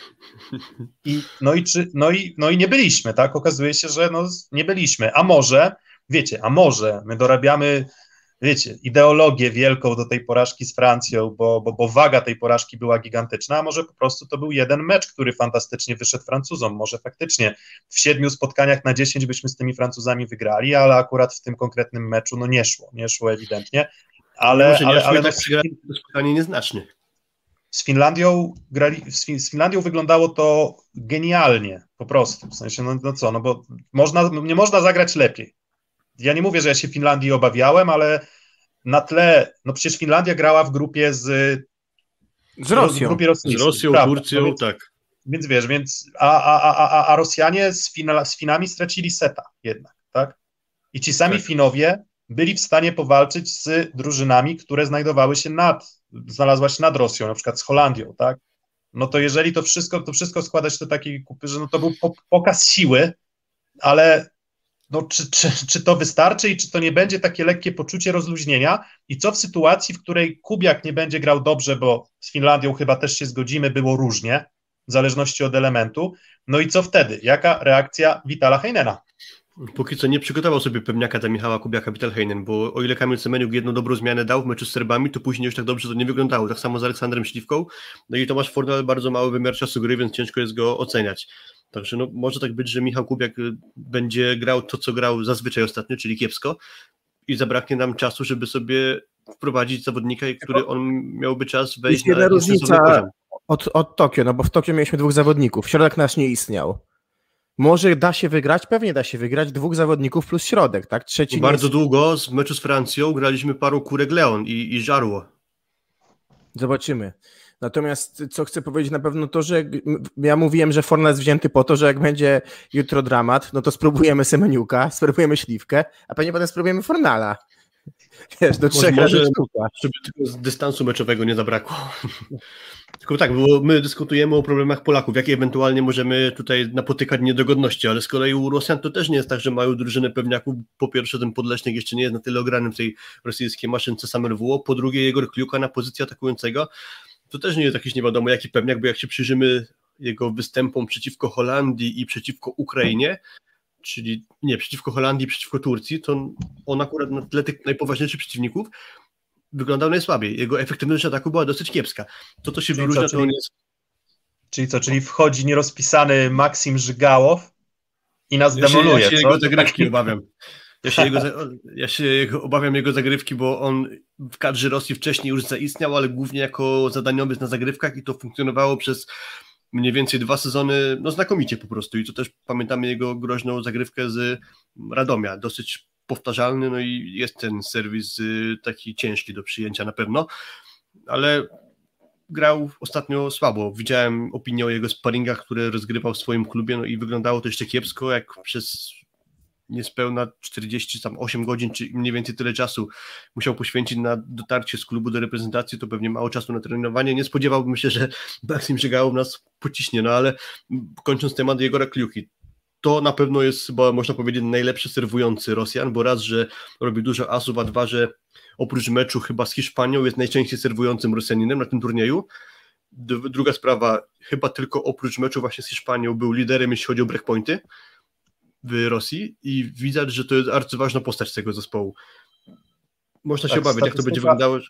I, no, i czy, no, i, no i nie byliśmy, tak? Okazuje się, że no, nie byliśmy. A może, wiecie, a może my dorabiamy, wiecie, ideologię wielką do tej porażki z Francją, bo, bo, bo waga tej porażki była gigantyczna, a może po prostu to był jeden mecz, który fantastycznie wyszedł Francuzom. Może faktycznie w siedmiu spotkaniach na dziesięć byśmy z tymi Francuzami wygrali, ale akurat w tym konkretnym meczu no nie szło, nie szło ewidentnie, ale... Może nie ale, szło ale i tak no, przegrali spotkanie nieznacznie. z Finlandią grali, z, Fin, z Finlandią wyglądało to genialnie, po prostu, w sensie, no, no co, no bo można, nie można zagrać lepiej. Ja nie mówię, że ja się Finlandii obawiałem, ale na tle, no przecież Finlandia grała w grupie z... Z Rosją. W grupie Z Rosją, prawda, Turcją, no więc, tak. Więc wiesz, więc, a, a, a, a Rosjanie z, Fina, z Finami stracili seta jednak, tak? I ci sami Tak. Finowie byli w stanie powalczyć z drużynami, które znajdowały się nad, znalazła się nad Rosją, na przykład z Holandią, tak? No to jeżeli to wszystko, to wszystko składać do takiej kupy, że no to był po, pokaz siły, ale no czy, czy, czy to wystarczy i czy to nie będzie takie lekkie poczucie rozluźnienia i co w sytuacji, w której Kubiak nie będzie grał dobrze, bo z Finlandią chyba też się zgodzimy, było różnie, w zależności od elementu, no i co wtedy? Jaka reakcja Vitala Heinena? Póki co nie przygotował sobie pewniaka dla Michała Kubiaka Vital Heinen, bo o ile Kamil Semeniuk jedną dobrą zmianę dał w meczu z Serbami, to później już tak dobrze to nie wyglądało. Tak samo z Aleksandrem Śliwką. No i Tomasz Fornal bardzo mały wymiar czasu gry, więc ciężko jest go oceniać. Także no, może tak być, że Michał Kubiak będzie grał to, co grał zazwyczaj ostatnio, czyli kiepsko i zabraknie nam czasu, żeby sobie wprowadzić zawodnika, który on miałby czas wejść jest na jedna jakiś sensowny różnica poziom. od, od Tokio, no bo w Tokio mieliśmy dwóch zawodników, środek nasz nie istniał. Może da się wygrać? Pewnie da się wygrać, dwóch zawodników plus środek, tak? Trzeci Bardzo jest... długo z meczu z Francją graliśmy paru Kurek Leon i, i Żarło. Zobaczymy. Natomiast co chcę powiedzieć na pewno to, że ja mówiłem, że Fornal jest wzięty po to, że jak będzie jutro dramat, no to spróbujemy Semeniuka, spróbujemy Śliwkę, a pewnie potem spróbujemy Fornala. Wiesz, do trzech może, razy sztuka. Żeby tylko z dystansu meczowego nie zabrakło. Tylko tak, bo my dyskutujemy o problemach Polaków, jakie ewentualnie możemy tutaj napotykać niedogodności, ale z kolei u Rosjan to też nie jest tak, że mają drużynę pewniaków. Po pierwsze, ten Podleśnik jeszcze nie jest na tyle ograny w tej rosyjskiej maszynce S A M R W O, po drugie Jegor Kliuka na pozycji atakującego, to też nie jest jakiś nie wiadomo jaki pewniak, bo jak się przyjrzymy jego występom przeciwko Holandii i przeciwko Ukrainie, czyli nie, przeciwko Holandii, przeciwko Turcji, to on, on akurat na tle tych najpoważniejszych przeciwników wyglądał najsłabiej. Jego efektywność ataku była dosyć kiepska. To, co się Czyli wyróżnia, co, to on czyli- jest... Czyli co, czyli wchodzi nierozpisany Maksim Żygałow i nas Ja się, demoluje, ja się co? jego zagrywki obawiam. Ja się, jego, za- ja się jego, obawiam jego zagrywki, bo on w kadrze Rosji wcześniej już zaistniał, ale głównie jako zadaniowiec na zagrywkach i to funkcjonowało przez mniej więcej dwa sezony, no znakomicie po prostu. I to też pamiętamy jego groźną zagrywkę z Radomia. Dosyć powtarzalny, no i jest ten serwis y, taki ciężki do przyjęcia na pewno, ale grał ostatnio słabo. Widziałem opinię o jego sparingach, które rozgrywał w swoim klubie, no i wyglądało to jeszcze kiepsko, jak przez niespełna czterdzieści osiem godzin, czy mniej więcej tyle czasu musiał poświęcić na dotarcie z klubu do reprezentacji, to pewnie mało czasu na trenowanie. Nie spodziewałbym się, że Maksim Żygałow nas pociśnie, no ale kończąc temat Jegora Kliuki, to na pewno jest chyba, można powiedzieć, najlepszy serwujący Rosjan, bo raz, że robi dużo asów, a dwa, że oprócz meczu chyba z Hiszpanią jest najczęściej serwującym Rosjaninem na tym turnieju. D- druga sprawa, chyba tylko oprócz meczu właśnie z Hiszpanią był liderem, jeśli chodzi o breakpointy w Rosji i widać, że to jest arcyważna postać tego zespołu. Można się Tak, obawiać, jak to będzie statystyka- wyglądało.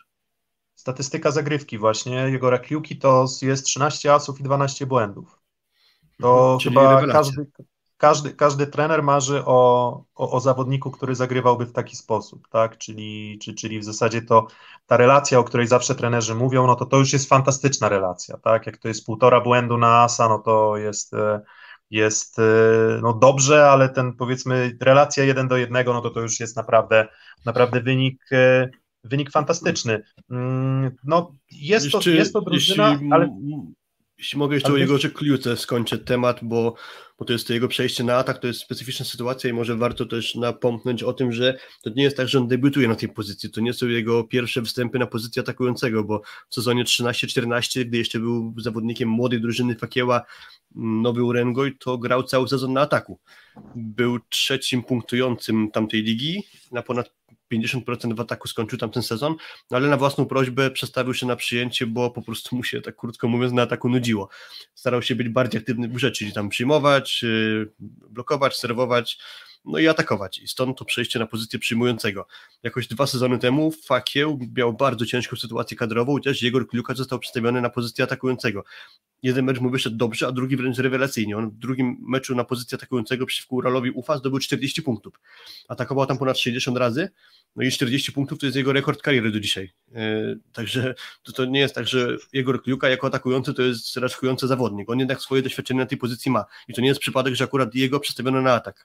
Statystyka zagrywki właśnie Jegora Kliuki to jest trzynaście asów i dwanaście błędów. To Czyli chyba rewelacja. każdy, każdy, każdy trener marzy o, o, o zawodniku, który zagrywałby w taki sposób, tak? Czyli, czy, czyli w zasadzie to ta relacja, o której zawsze trenerzy mówią, no to to już jest fantastyczna relacja, tak? Jak to jest półtora błędu na asa, no to jest, e, jest e, no dobrze, ale ten powiedzmy relacja jeden do jednego, no to to już jest naprawdę, naprawdę wynik, e, wynik fantastyczny. Mm, No jest to, Jeszcze, jest to drużyna, jeśli, ale... m- jeśli mogę jeszcze ale o wiesz- Jegorze Kliuce skończę temat, bo, bo to jest to jego przejście na atak, to jest specyficzna sytuacja i może warto też napomknąć o tym, że to nie jest tak, że on debiutuje na tej pozycji, to nie są jego pierwsze wstępy na pozycję atakującego, bo w sezonie trzynaście czternaście, gdy jeszcze był zawodnikiem młodej drużyny Fakieła Nowy Urengoj, to grał cały sezon na ataku. Był trzecim punktującym tamtej ligi, na ponad pięćdziesiąt procent w ataku skończył tam ten sezon, no ale na własną prośbę przestawił się na przyjęcie, bo po prostu mu się, tak krótko mówiąc, na ataku nudziło. Starał się być bardziej aktywny w grze, czyli tam przyjmować, yy, blokować, serwować, no i atakować. I stąd to przejście na pozycję przyjmującego. Jakoś dwa sezony temu Fakieł miał bardzo ciężką sytuację kadrową, chociaż Jegor Kliuka został przestawiony na pozycję atakującego. Jeden mecz mu wyszedł dobrze, a drugi wręcz rewelacyjnie. On w drugim meczu na pozycji atakującego przeciwko Uralowi Ufa zdobył czterdzieści punktów. Atakował tam ponad sześćdziesiąt razy, no i czterdzieści punktów to jest jego rekord kariery do dzisiaj. Yy, także to, to nie jest tak, że Jegor Kliuka jako atakujący to jest raczkujący zawodnik. On jednak swoje doświadczenie na tej pozycji ma. I to nie jest przypadek, że akurat jego przestawiono na atak.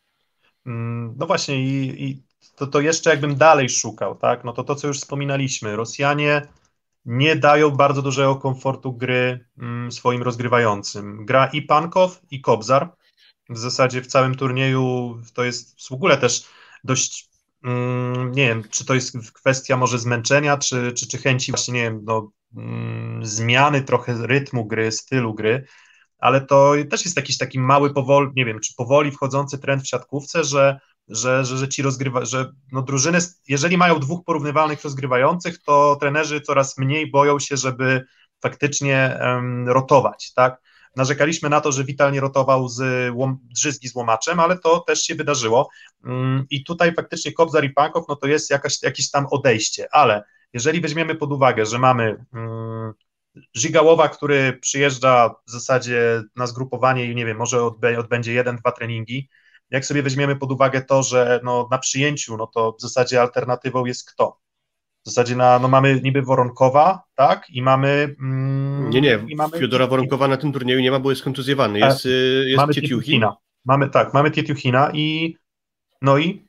No właśnie i, i to, to jeszcze jakbym dalej szukał, tak, no to to, co już wspominaliśmy, Rosjanie nie dają bardzo dużego komfortu gry mm, swoim rozgrywającym. Gra i Pankow, i Kobzar. W zasadzie w całym turnieju to jest w ogóle też dość, mm, nie wiem, czy to jest kwestia może zmęczenia, czy, czy, czy chęci właśnie, nie wiem, no, mm, zmiany trochę rytmu gry, stylu gry, ale to też jest jakiś taki mały, powoli, nie wiem, czy powoli wchodzący trend w siatkówce, że, że, że, że ci rozgrywa, że no drużyny, jeżeli mają dwóch porównywalnych rozgrywających, to trenerzy coraz mniej boją się, żeby faktycznie um, rotować, tak? Narzekaliśmy na to, że Vital nie rotował z łom, Drzyzgi z Łomaczem, ale to też się wydarzyło um, i tutaj faktycznie Kobzar i Pankow, no to jest jakaś, jakieś tam odejście, ale jeżeli weźmiemy pod uwagę, że mamy um, Żygałowa, który przyjeżdża w zasadzie na zgrupowanie i nie wiem, może odbę- odbędzie jeden, dwa treningi. Jak sobie weźmiemy pod uwagę to, że no, na przyjęciu, no to w zasadzie alternatywą jest kto? W zasadzie na, no mamy niby Woronkowa, tak? I mamy... Mm, Nie, nie, i mamy, Fiodora Woronkowa na tym turnieju nie ma, bo jest kontuzjowany. Jest, jest mamy Tietjuchin. Tietjuchina. Mamy, tak, mamy Tietjuchina i no i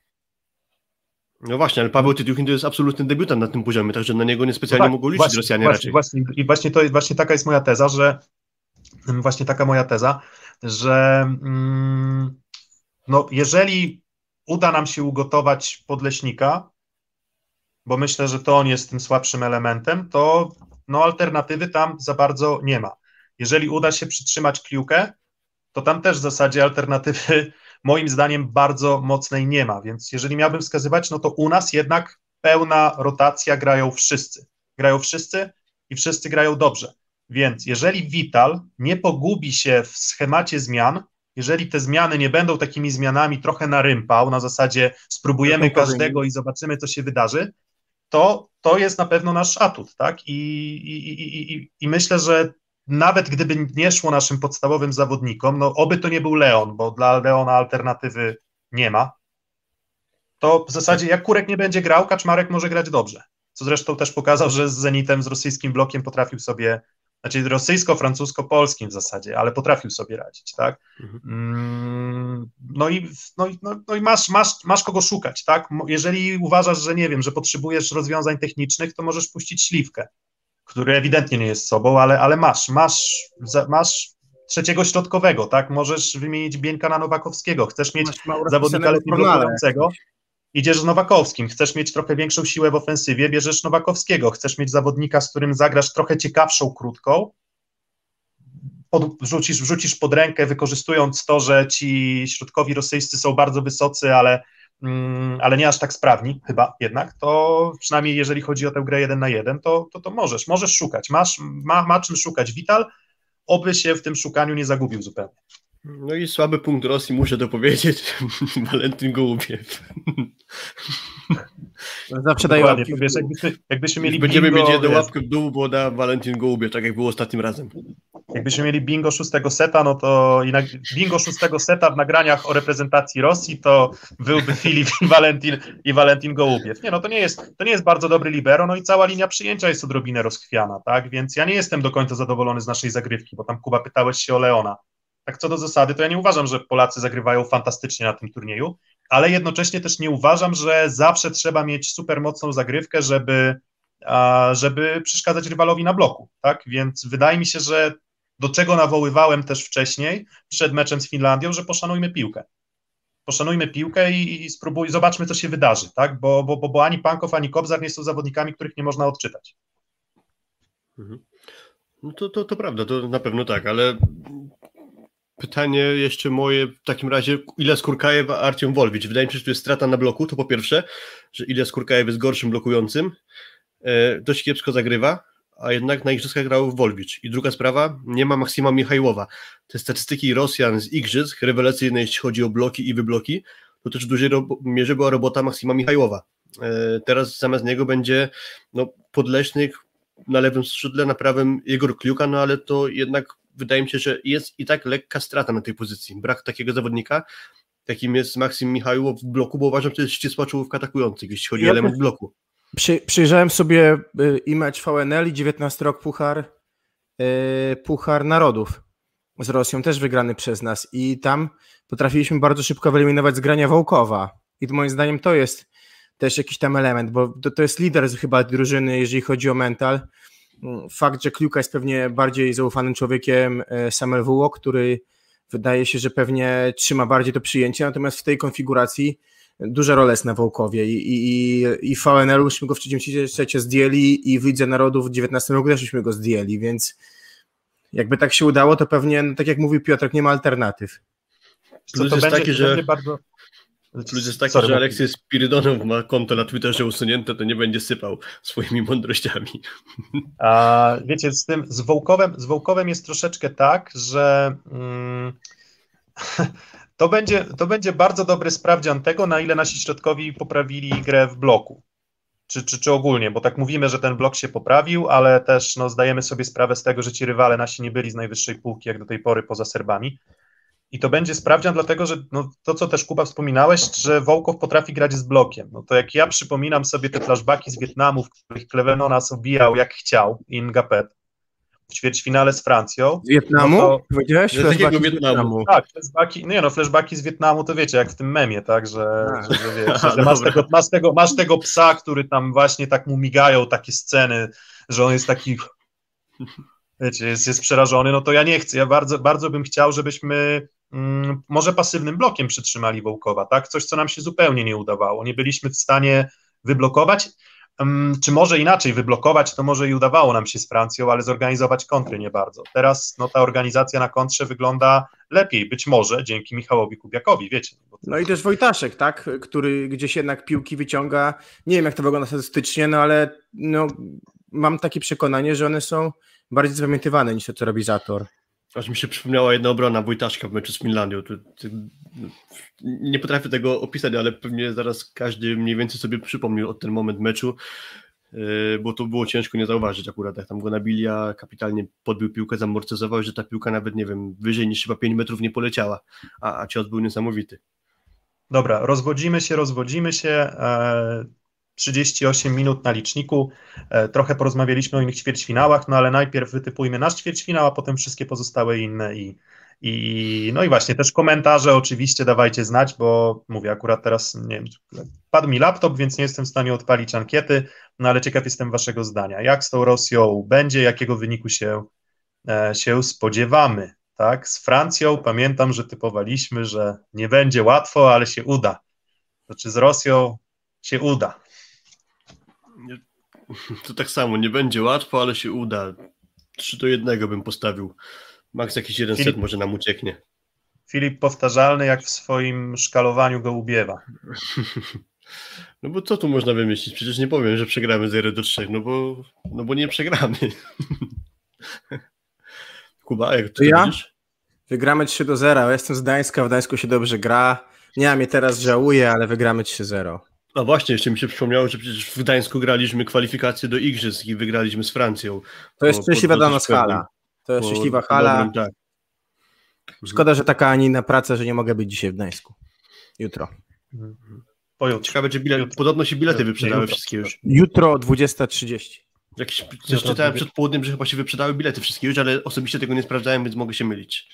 No właśnie, ale Paweł Tietjuchin to jest absolutny debiutant na tym poziomie, także na niego niespecjalnie tak, mogą liczyć właśnie, Rosjanie właśnie, raczej. Właśnie, I właśnie, to, właśnie taka jest moja teza, że właśnie taka moja teza, że mm, no, jeżeli uda nam się ugotować Podleśnika, bo myślę, że to on jest tym słabszym elementem, to no, alternatywy tam za bardzo nie ma. Jeżeli uda się przytrzymać Kliukę, to tam też w zasadzie alternatywy moim zdaniem bardzo mocnej nie ma, więc jeżeli miałbym wskazywać, no to u nas jednak pełna rotacja, grają wszyscy. Grają wszyscy i wszyscy grają dobrze. Więc jeżeli Vital nie pogubi się w schemacie zmian, jeżeli te zmiany nie będą takimi zmianami trochę na rympał, na zasadzie spróbujemy każdego i zobaczymy, co się wydarzy, to to jest na pewno nasz atut, tak? I, i, i, i, i myślę, że nawet gdyby nie szło naszym podstawowym zawodnikom, no oby to nie był Leon, bo dla Leona alternatywy nie ma, to w zasadzie jak Kurek nie będzie grał, Kaczmarek może grać dobrze. Co zresztą też pokazał, że z Zenitem, z rosyjskim blokiem potrafił sobie, znaczy rosyjsko-francusko-polskim w zasadzie, ale potrafił sobie radzić, tak? Mm, no i, no, i- no, no i masz, masz, masz kogo szukać, tak? Mo- Jeżeli uważasz, że nie wiem, że potrzebujesz rozwiązań technicznych, to możesz puścić Śliwkę, który ewidentnie nie jest sobą, ale, ale masz, masz, za- masz trzeciego środkowego, tak? Możesz wymienić Bieńka na Nowakowskiego, chcesz mieć zawodnika lepiej blokującego, idziesz z Nowakowskim, chcesz mieć trochę większą siłę w ofensywie, bierzesz Nowakowskiego, chcesz mieć zawodnika, z którym zagrasz trochę ciekawszą krótką, pod, wrzucisz, wrzucisz pod rękę, wykorzystując to, że ci środkowi rosyjscy są bardzo wysocy, ale, mm, ale nie aż tak sprawni chyba jednak, to przynajmniej jeżeli chodzi o tę grę jeden na jeden, to, to, to możesz, możesz szukać, masz, ma, ma czym szukać Vital, oby się w tym szukaniu nie zagubił zupełnie. No i słaby punkt Rosji, muszę to powiedzieć, Walentyn Gołubiew. Zawsze daje Dokładnie, łapki w wiesz, dół. jakbyśmy, jakbyśmy mieli Będziemy bingo, mieć jedną wiesz, łapkę w dół, bo da Walentyn Gołubiew, tak jak było ostatnim razem. Jakbyśmy mieli bingo szóstego seta, no to i na, bingo szóstego seta w nagraniach o reprezentacji Rosji, to byłby Filip i Walentin, i Walentin Gołubiew. Nie, no to nie jest, to nie jest bardzo dobry libero, no i cała linia przyjęcia jest odrobinę rozchwiana, tak, więc ja nie jestem do końca zadowolony z naszej zagrywki, bo tam, Kuba, pytałeś się o Leona. Tak co do zasady, to ja nie uważam, że Polacy zagrywają fantastycznie na tym turnieju, ale jednocześnie też nie uważam, że zawsze trzeba mieć super mocną zagrywkę, żeby, żeby przeszkadzać rywalowi na bloku, tak, więc wydaje mi się, że do czego nawoływałem też wcześniej, przed meczem z Finlandią, że poszanujmy piłkę. Poszanujmy piłkę i, i spróbuj, zobaczmy, co się wydarzy, tak? Bo, bo, bo, bo ani Pankow, ani Kobzar nie są zawodnikami, których nie można odczytać. Mhm. No to, to, to prawda, to na pewno tak, ale pytanie jeszcze moje w takim razie, Ilias Kurkajew, a Arciom Wolwicz. Wydaje mi się, że to jest strata na bloku, to po pierwsze, że Ilias Kurkajew jest gorszym blokującym, e, dość kiepsko zagrywa, a jednak na igrzyskach grał Wolwicz. I druga sprawa, nie ma Maksima Michajłowa. Te statystyki Rosjan z igrzysk, rewelacyjne jeśli chodzi o bloki i wybloki, to też w dużej ro- mierze była robota Maksima Michajłowa. E, teraz zamiast niego będzie no, Podleśnych na lewym skrzydle, na prawym Igor Kliuka, no ale to jednak wydaje mi się, że jest i tak lekka strata na tej pozycji. Brak takiego zawodnika, jakim jest Maksim Michajłow w bloku, bo uważam, że to jest ścisła czołówka atakujących, jeśli chodzi ja o element bloku. Przy, przyjrzałem sobie i mecz V N L i dziewiętnasty rok Puchar, yy, Puchar Narodów z Rosją, też wygrany przez nas i tam potrafiliśmy bardzo szybko wyeliminować z grania Wołkowa i moim zdaniem to jest też jakiś tam element, bo to, to jest lider chyba drużyny, jeżeli chodzi o mental. Fakt, że Kliuka jest pewnie bardziej zaufanym człowiekiem, Samuel Wuło, który wydaje się, że pewnie trzyma bardziej to przyjęcie, natomiast w tej konfiguracji duża rola jest na Wołkowie i, i, i w V N L uśmy go w trzecim secie zdjęli i w Lidze Narodów w dziewiętnastym roku też uśmy go zdjęli, więc jakby tak się udało, to pewnie, no, tak jak mówił Piotrek, nie ma alternatyw. Plus to jest będzie, taki, że... bardzo... Plus jest taki, Sorry, że Aleksiej Spirydonow ma konto na Twitterze usunięte, to nie będzie sypał swoimi mądrościami. A wiecie, z tym, z Wołkowem, z Wołkowem jest troszeczkę tak, że mm, to, będzie, to będzie bardzo dobry sprawdzian tego, na ile nasi środkowi poprawili grę w bloku. Czy, czy, czy ogólnie, bo tak mówimy, że ten blok się poprawił, ale też no, zdajemy sobie sprawę z tego, że ci rywale nasi nie byli z najwyższej półki, jak do tej pory poza Serbami. I to będzie sprawdzian, dlatego że no, to, co też Kuba wspominałeś, że Wołkow potrafi grać z blokiem. No to jak ja przypominam sobie te flashbacki z Wietnamu, w których Kleveno nas obijał jak chciał, Ingapet, w ćwierćfinale z Francją. Z Wietnamu? No to, Powiedziałeś? Z jakiego Wietnamu? Tak, flashbacki, nie no, flashbacki z Wietnamu to wiecie, jak w tym memie, tak, że, że, że, wiecie, że masz, tego, masz, tego, masz tego psa, który tam właśnie tak mu migają takie sceny, że on jest taki... Wiecie, jest, jest przerażony, no to ja nie chcę, ja bardzo, bardzo bym chciał, żebyśmy mm, może pasywnym blokiem przytrzymali Wołkowa, tak, coś, co nam się zupełnie nie udawało, nie byliśmy w stanie wyblokować, um, czy może inaczej, wyblokować, to może i udawało nam się z Francją, ale zorganizować kontry nie bardzo. Teraz no, ta organizacja na kontrze wygląda lepiej, być może dzięki Michałowi Kubiakowi, wiecie. Bo to... No i też Wojtaszek, tak, który gdzieś jednak piłki wyciąga, nie wiem jak to wygląda statystycznie, no ale no, mam takie przekonanie, że one są bardziej zapamiętywane niż to, co robi Zator. Aż mi się przypomniała jedna obrona Wojtaszka w meczu z Finlandią. To, to, nie potrafię tego opisać, ale pewnie zaraz każdy mniej więcej sobie przypomniał od ten moment meczu, yy, bo to było ciężko nie zauważyć akurat, jak tam go nabili, a kapitalnie podbił piłkę, zamortyzował, że ta piłka nawet, nie wiem, wyżej niż chyba pięć metrów nie poleciała, a, a cios był niesamowity. Dobra, rozwodzimy się, rozwodzimy się. E... trzydzieści osiem minut na liczniku, trochę porozmawialiśmy o innych ćwierćfinałach, no ale najpierw wytypujmy nasz ćwierćfinał, a potem wszystkie pozostałe inne i, i no i właśnie też komentarze oczywiście dawajcie znać, bo mówię akurat teraz, nie wiem, padł mi laptop, więc nie jestem w stanie odpalić ankiety, no ale ciekaw jestem waszego zdania. Jak z tą Rosją będzie, jakiego wyniku się, się spodziewamy, tak? Z Francją pamiętam, że typowaliśmy, że nie będzie łatwo, ale się uda. Znaczy z Rosją się uda. To tak samo, nie będzie łatwo, ale się uda. trzy do jednego bym postawił. Max jakiś jeden Filip, set może nam ucieknie. Filip powtarzalny jak w swoim szkalowaniu Gołubiewa. No bo co tu można wymyślić? Przecież nie powiem, że przegramy zero do trzech, no bo, no bo nie przegramy. Kuba, jak ty ja? widzisz? Wygramy trzy do zera. Ja jestem z Gdańska, w Gdańsku się dobrze gra. Nie, mnie teraz żałuję, ale wygramy trzy zero. A właśnie, jeszcze mi się przypomniało, że przecież w Gdańsku graliśmy kwalifikacje do Igrzysk i wygraliśmy z Francją. To jest szczęśliwa dla nas hala. To jest Po- szczęśliwa po hala. dobrym, tak. Szkoda, że taka Anina praca, że nie mogę być dzisiaj w Gdańsku. Jutro. Pojutrze. Ciekawe, czy bilet, Jutro. podobno się bilety Nie, wyprzedały jutro. wszystkie już. Jutro dwudziesta trzydzieści. Jakieś, coś Jutro czytałem dwudzie- przed południem, że chyba się wyprzedały bilety wszystkie już, ale osobiście tego nie sprawdzałem, więc mogę się mylić.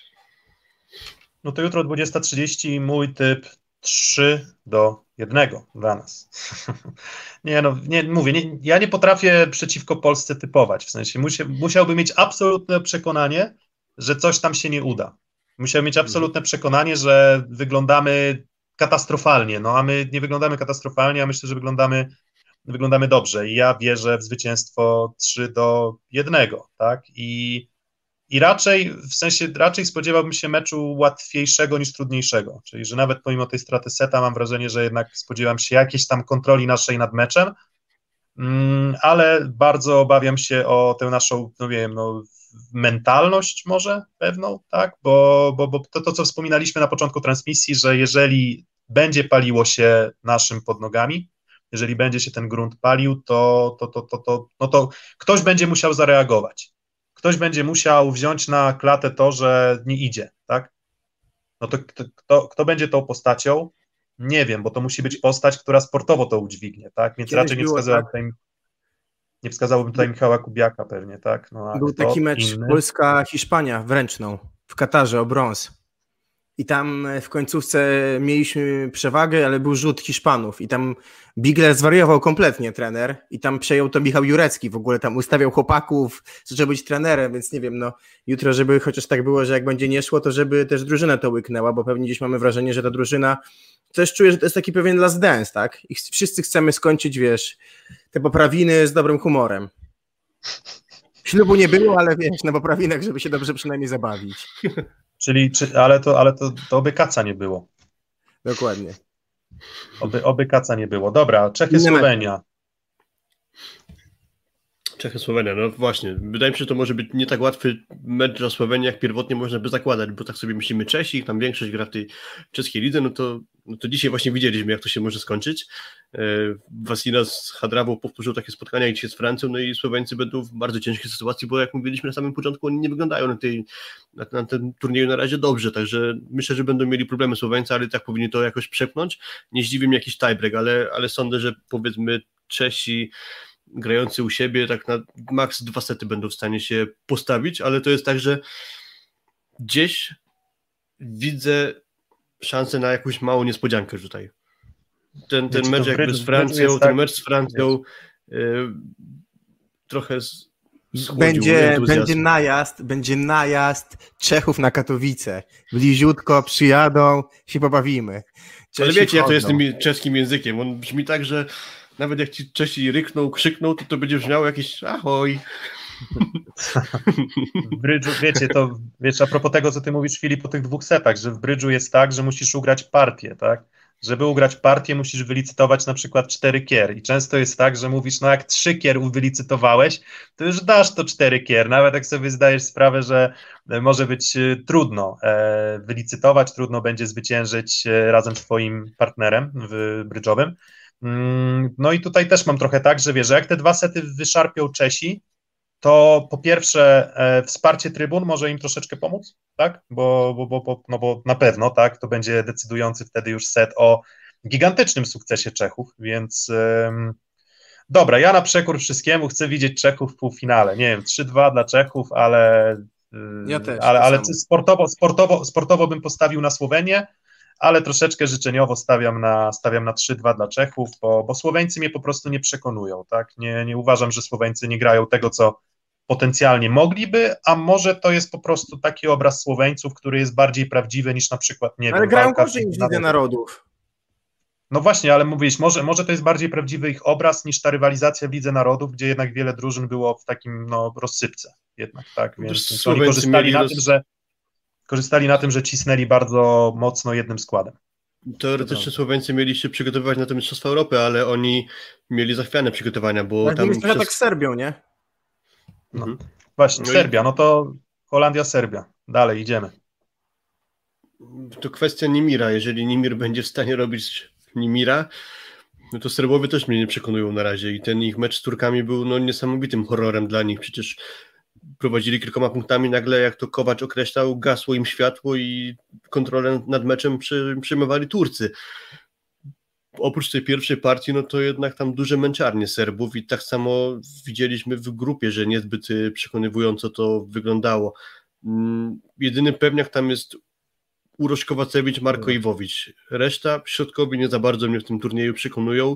No to jutro dwudziesta trzydzieści, mój typ trzy do jednego dla nas. Nie no, nie, mówię, nie, ja nie potrafię przeciwko Polsce typować, w sensie musia, musiałbym mieć absolutne przekonanie, że coś tam się nie uda. Musiałbym mieć absolutne przekonanie, że wyglądamy katastrofalnie, no a my nie wyglądamy katastrofalnie, a myślę, że wyglądamy, wyglądamy dobrze i ja wierzę w zwycięstwo trzy do jednego, tak, i I raczej, w sensie, raczej spodziewałbym się meczu łatwiejszego niż trudniejszego, czyli że nawet pomimo tej straty seta mam wrażenie, że jednak spodziewam się jakiejś tam kontroli naszej nad meczem, mm, ale bardzo obawiam się o tę naszą, no wiem, no, mentalność może pewną, tak, bo, bo, bo to, to, co wspominaliśmy na początku transmisji, że jeżeli będzie paliło się naszym pod nogami, jeżeli będzie się ten grunt palił, to, to, to, to, to, no to ktoś będzie musiał zareagować. Ktoś będzie musiał wziąć na klatę to, że nie idzie, tak? No to kto, kto, kto będzie tą postacią? Nie wiem, bo to musi być postać, która sportowo to udźwignie, tak? Więc Kiedyś raczej nie było wskazałem tak. tutaj, nie wskazałbym tutaj Michała Kubiaka pewnie, tak? No, a Był kto taki mecz inny? Polska-Hiszpania w Ręczną, w Katarze o brąz. I tam w końcówce mieliśmy przewagę, ale był rzut Hiszpanów i tam Bigler zwariował kompletnie, trener, i tam przejął to Michał Jurecki, w ogóle tam ustawiał chłopaków, zaczął być trenerem, więc nie wiem, no jutro, żeby chociaż tak było, że jak będzie nie szło, to żeby też drużyna to łyknęła, bo pewnie gdzieś mamy wrażenie, że ta drużyna, też czuję, że to jest taki pewien last dance, tak? I wszyscy chcemy skończyć, wiesz, te poprawiny z dobrym humorem. Ślubu nie było, ale wiesz, na poprawinach, żeby się dobrze przynajmniej zabawić. Czyli, czy, ale to, ale to, to oby kaca nie było. Dokładnie. Oby, oby kaca nie było. Dobra, Czechy, Inne Słowenia. Czechy, Słowenia, no właśnie. Wydaje mi się, że to może być nie tak łatwy mecz dla Słowenii, jak pierwotnie można by zakładać, bo tak sobie myślimy Czesi, ich tam większość gra w tej czeskiej lidze, no to, no to dzisiaj właśnie widzieliśmy, jak to się może skończyć. Wasilina z Hadrawą powtórzył takie spotkania jak dzisiaj z Francją, no i Słoweńcy będą w bardzo ciężkiej sytuacji, bo jak mówiliśmy na samym początku, oni nie wyglądają na, tej, na, na tym turnieju na razie dobrze, także myślę, że będą mieli problemy Słoweńcy, ale tak powinni to jakoś przepchnąć. Nie zdziwi mnie jakiś tiebreak, ale, ale sądzę, że powiedzmy Czesi grający u siebie tak na maks dwa sety będą w stanie się postawić, ale to jest tak, że gdzieś widzę szansę na jakąś małą niespodziankę tutaj. Ten, ten Wiecie, mecz to jakby brydż- z Francją, brydż jest ten tak- mecz z Francją y, trochę z, schłodził Będzie, entuzjazm. będzie najazd, będzie najazd Czechów na Katowice. Bliziutko przyjadą, się pobawimy. Czesi Ale wiecie, jak to jest z wchodzą. tym czeskim językiem. On brzmi tak, że nawet jak ci Czesi rykną, krzykną, to to będzie brzmiało jakieś ahoj. W brydżu, wiecie, to wiesz, a propos tego, co ty mówisz, Filip, o tych dwóch setach, że w brydżu jest tak, że musisz ugrać partię, tak? Żeby ugrać partię, musisz wylicytować na przykład cztery kier i często jest tak, że mówisz, no jak trzy kier wylicytowałeś, to już dasz to cztery kier, nawet jak sobie zdajesz sprawę, że może być trudno e, wylicytować, trudno będzie zwyciężyć e, razem z twoim partnerem w brydżowym. Mm, no i tutaj też mam trochę tak, że wiesz, że jak te dwa sety wyszarpią Czesi, to po pierwsze e, wsparcie trybun może im troszeczkę pomóc, tak, bo, bo, bo, bo, no bo na pewno, tak, to będzie decydujący wtedy już set o gigantycznym sukcesie Czechów, więc ym, dobra, ja na przekór wszystkiemu chcę widzieć Czechów w półfinale, nie wiem, trzy dwa dla Czechów, ale, yy, Ja też, ale, to ale samo. sportowo, sportowo, sportowo bym postawił na Słowenię, ale troszeczkę życzeniowo stawiam na, stawiam na trzy dwa dla Czechów, bo, bo Słoweńcy mnie po prostu nie przekonują, tak, nie, nie uważam, że Słoweńcy nie grają tego, co potencjalnie mogliby, a może to jest po prostu taki obraz Słoweńców, który jest bardziej prawdziwy niż na przykład, nie Ale wiem, grają walka gorzej niż w- Liga Narodów. No właśnie, ale mówisz, może, może to jest bardziej prawdziwy ich obraz niż ta rywalizacja w Lidze Narodów, gdzie jednak wiele drużyn było w takim no, rozsypce jednak, tak, więc, Też więc oni Słoweńcy korzystali mieli na roz- tym, że korzystali na tym, że cisnęli bardzo mocno jednym składem. Teoretycznie Słoweńcy mieli się przygotowywać na te Mistrzostwa Europy, ale oni mieli zachwiane przygotowania, bo Ale tam mieliśmy tak przez... z Serbią, nie? No. Mhm. Właśnie, No i- Serbia, no to Holandia, Serbia, dalej idziemy. To kwestia Nimira. Jeżeli Nimir będzie w stanie robić Nimira, no to Serbowie też mnie nie przekonują na razie i ten ich mecz z Turkami był no, niesamowitym horrorem dla nich. Przecież prowadzili kilkoma punktami, nagle jak to Kovac określał, gasło im światło i kontrolę nad meczem przy, przyjmowali Turcy. Oprócz tej pierwszej partii, no to jednak tam duże męczarnie Serbów i tak samo widzieliśmy w grupie, że niezbyt przekonywująco to wyglądało. Jedyny pewniak tam jest Uroš Kovacevic, Marko Iwowicz. Reszta środkowi nie za bardzo mnie w tym turnieju przekonują.